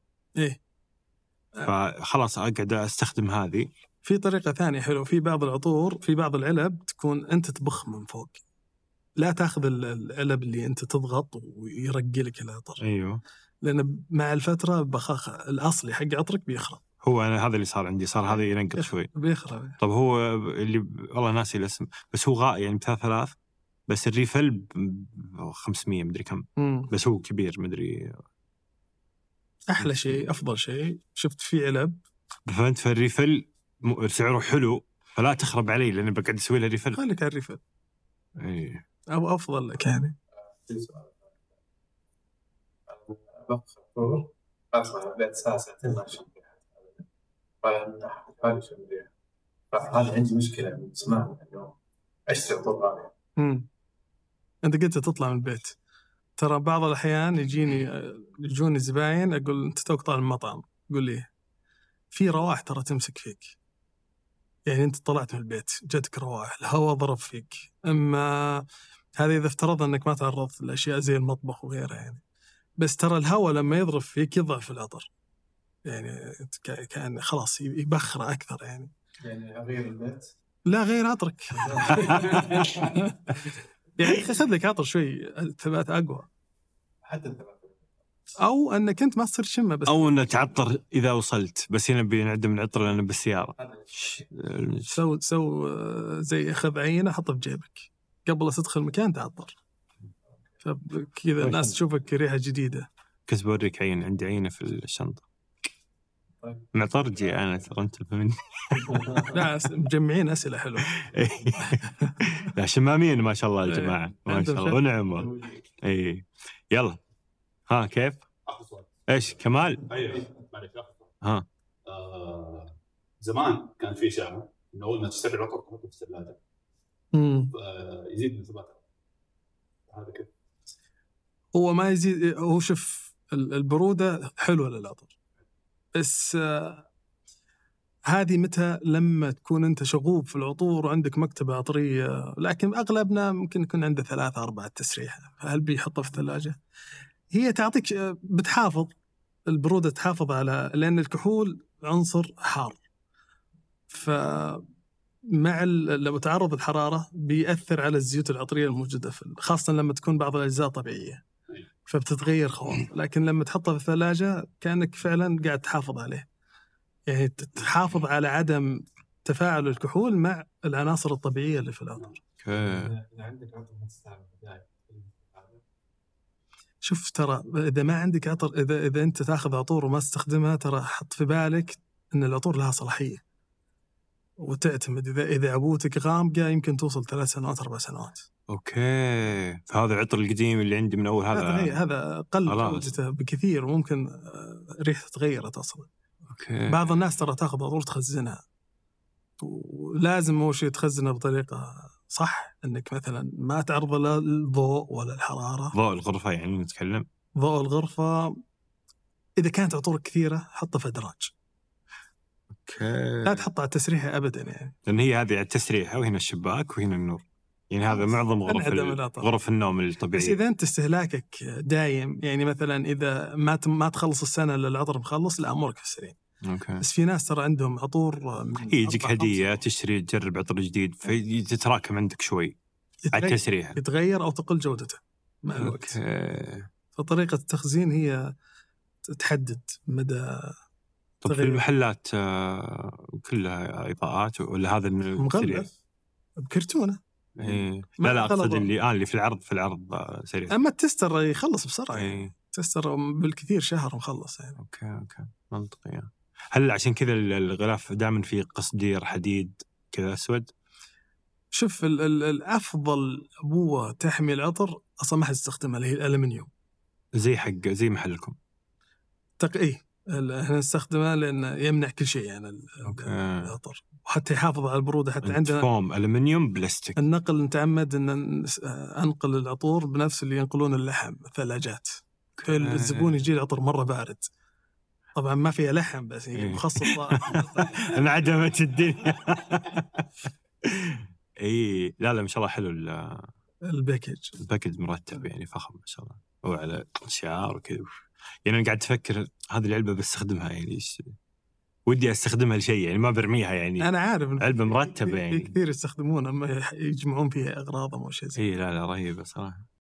فخلاص أقعد أستخدم هذه. في طريقة ثانية حلوة، في بعض العطور، في بعض العلب تكون أنت تبخ من فوق، لا تاخذ العلب اللي انت تضغط ويرقي لك العطر. ايوه، لان مع الفتره بخاخه الاصلي حق عطرك بيخرب. هو انا هذا اللي صار عندي، صار هذا ينقط شوي. بيخرب. طب هو اللي والله ناسي الاسم، بس هو يعني ب3000، بس الريفل 500 مدري كم. بس هو كبير مدري. احلى شيء افضل شيء شفت فيه علب، فانت في الريفل سعره حلو، فلا تخرب علي لاني بقعد اسوي له ريفل. خليك على الريفل. اي او افضل لك يعني. أصلاً بيت ساعتين ما شمريها، ولا من أحد حالي شمريها. فهذا عندي مشكلة من زمان إنه أشتري عطور غالية. أنت قلت تطلع من البيت، ترى بعض الأحيان يجوني زباين أقول أنت توك طالع من المطعم، يقول لي في روائح ترى تمسك فيك، يعني أنت طلعت من البيت جاتك روائح، الهواء ضرب فيك. أما هذا إذا افترضنا أنك ما تعرضت لأشياء زي المطبخ وغيرها يعني. بس ترى الهواء لما يضرب فيك يضعف العطر، يعني كان خلاص يبخر أكثر يعني أغير البيت؟ لا غير عطرك. يعني خذ لك عطر شوي ثبات أقوى، حتى الثبات، أو أنك أنت ما تصير تشمه بس، أو أن تعطر إذا وصلت، بس هنا بنعدم العطر لأنه بالسيارة. سو زي أخذ عينة حطه في جيبك قبل لا تدخل مكان تعطر، فكذا الناس تشوفك ريحة جديدة. كنت بوريك عين، عندي عينة في الشنطة معطرجي أنا، ترى أنت فهمني. لا مجمعين أسئلة حلوة. لا شمامين ما شاء الله الجماعة، ما شاء الله ونعم. إيه يلا، ها كيف؟ إيش كمال؟ أيوة معليش ها. زمان كان في شائعة إنه أول ما تشتري العطر تحطه في الثلاجة يزيد من ثباته. هذا كيف؟ هو ما يزيد، هو شوف البرودة حلوة للعطر، بس هذه متى لما تكون أنت شغوف في العطور وعندك مكتبة عطرية. لكن أغلبنا ممكن يكون عنده 3-4 تسريحة، هل بيحطها في الثلاجة؟ هي تعطيك بتحافظ البرودة، تحافظ على، لأن الكحول عنصر حار، فمع لو تعرض الحرارة بيأثر على الزيوت العطرية الموجودة خاصة لما تكون بعض الأجزاء طبيعية فبتتغير خواص. لكن لما تحطها في الثلاجة كأنك فعلا قاعد تحافظ عليه، يعني تحافظ على عدم تفاعل الكحول مع العناصر الطبيعية اللي في العطر. إذا عندك عطر ما تستعمل بداية، شوف ترى إذا ما عندك عطر، إذا أنت تأخذ عطور وما تستخدمها، ترى حط في بالك أن العطور لها صلاحية وتعتمد. إذا عبوتك غامقة يمكن توصل 3 سنوات 4 سنوات. أوكي، فهذا العطر القديم اللي عندي من أول هذا قل جودته بكثير، وممكن ريحته تغيرت أصلا. أوكي. بعض الناس ترى تأخذ عطور تخزنها، ولازم أول شيء تخزنها بطريقة صح، أنك مثلا ما تعرض للضوء ولا الحرارة. ضوء الغرفة يعني نتكلم. ضوء الغرفة إذا كانت عطور كثيرة حطها في أدراج. أوكي. لا تحطها على التسريحة أبدا، يعني لأن هي هذه التسريحة وهنا الشباك وهنا النور، يعني هذا معظم غرف النوم الطبيعية. بس إذا أنت استهلاكك دايم، يعني مثلا إذا ما تخلص السنة إلا العطر مخلص، لا أمورك في السريع. أوكي. بس في ناس ترى عندهم عطور يجيك هدية تشتري تجرب عطر جديد فتتراكم عندك شوي على التسريحة، يتغير أو تقل جودته مع الوقت. فطريقة التخزين هي تحدد مدى. طب في المحلات كلها إضاءات ولا هذا مغلف بكرتونة؟ إيه. لا أقصد اللي في العرض سريع. أما التستر يخلص بسرعة. إيه. تستر بالكثير شهر مخلص يعني. أوكي منطقي يعني. هل عشان كذا الغلاف دائما فيه قصدير حديد كذا أسود؟ شوف الأفضل أبوه تحمي العطر أصلا ما حد يستخدمها، اللي هي الألمنيوم، زي محلكم. إيه احنا نستخدمه لأنه يمنع كل شيء يعني العطر، وحتى يحافظ على البرودة. حتى عندنا فوم ألمنيوم بلاستيك. النقل نتعمد أن أنقل العطور بنفس اللي ينقلون اللحم الثلاجات، فالزبون يجي العطر مرة بارد، طبعا ما فيها لحم بس هي مخصصة. انعدمت الدنيا. اي لا ما شاء الله حلو الباكج مرتب يعني فخم ما شاء الله، وعلى شعار وكذا. يعني انا قاعد افكر هذه العلبه بستخدمها يعني ودي استخدمها لشيء يعني ما برميها يعني. انا عارف علبة مرتبة في يعني. كثير يستخدمونها يجمعون فيها اغراضهم او شيء زي اي لا رهيبة صراحة.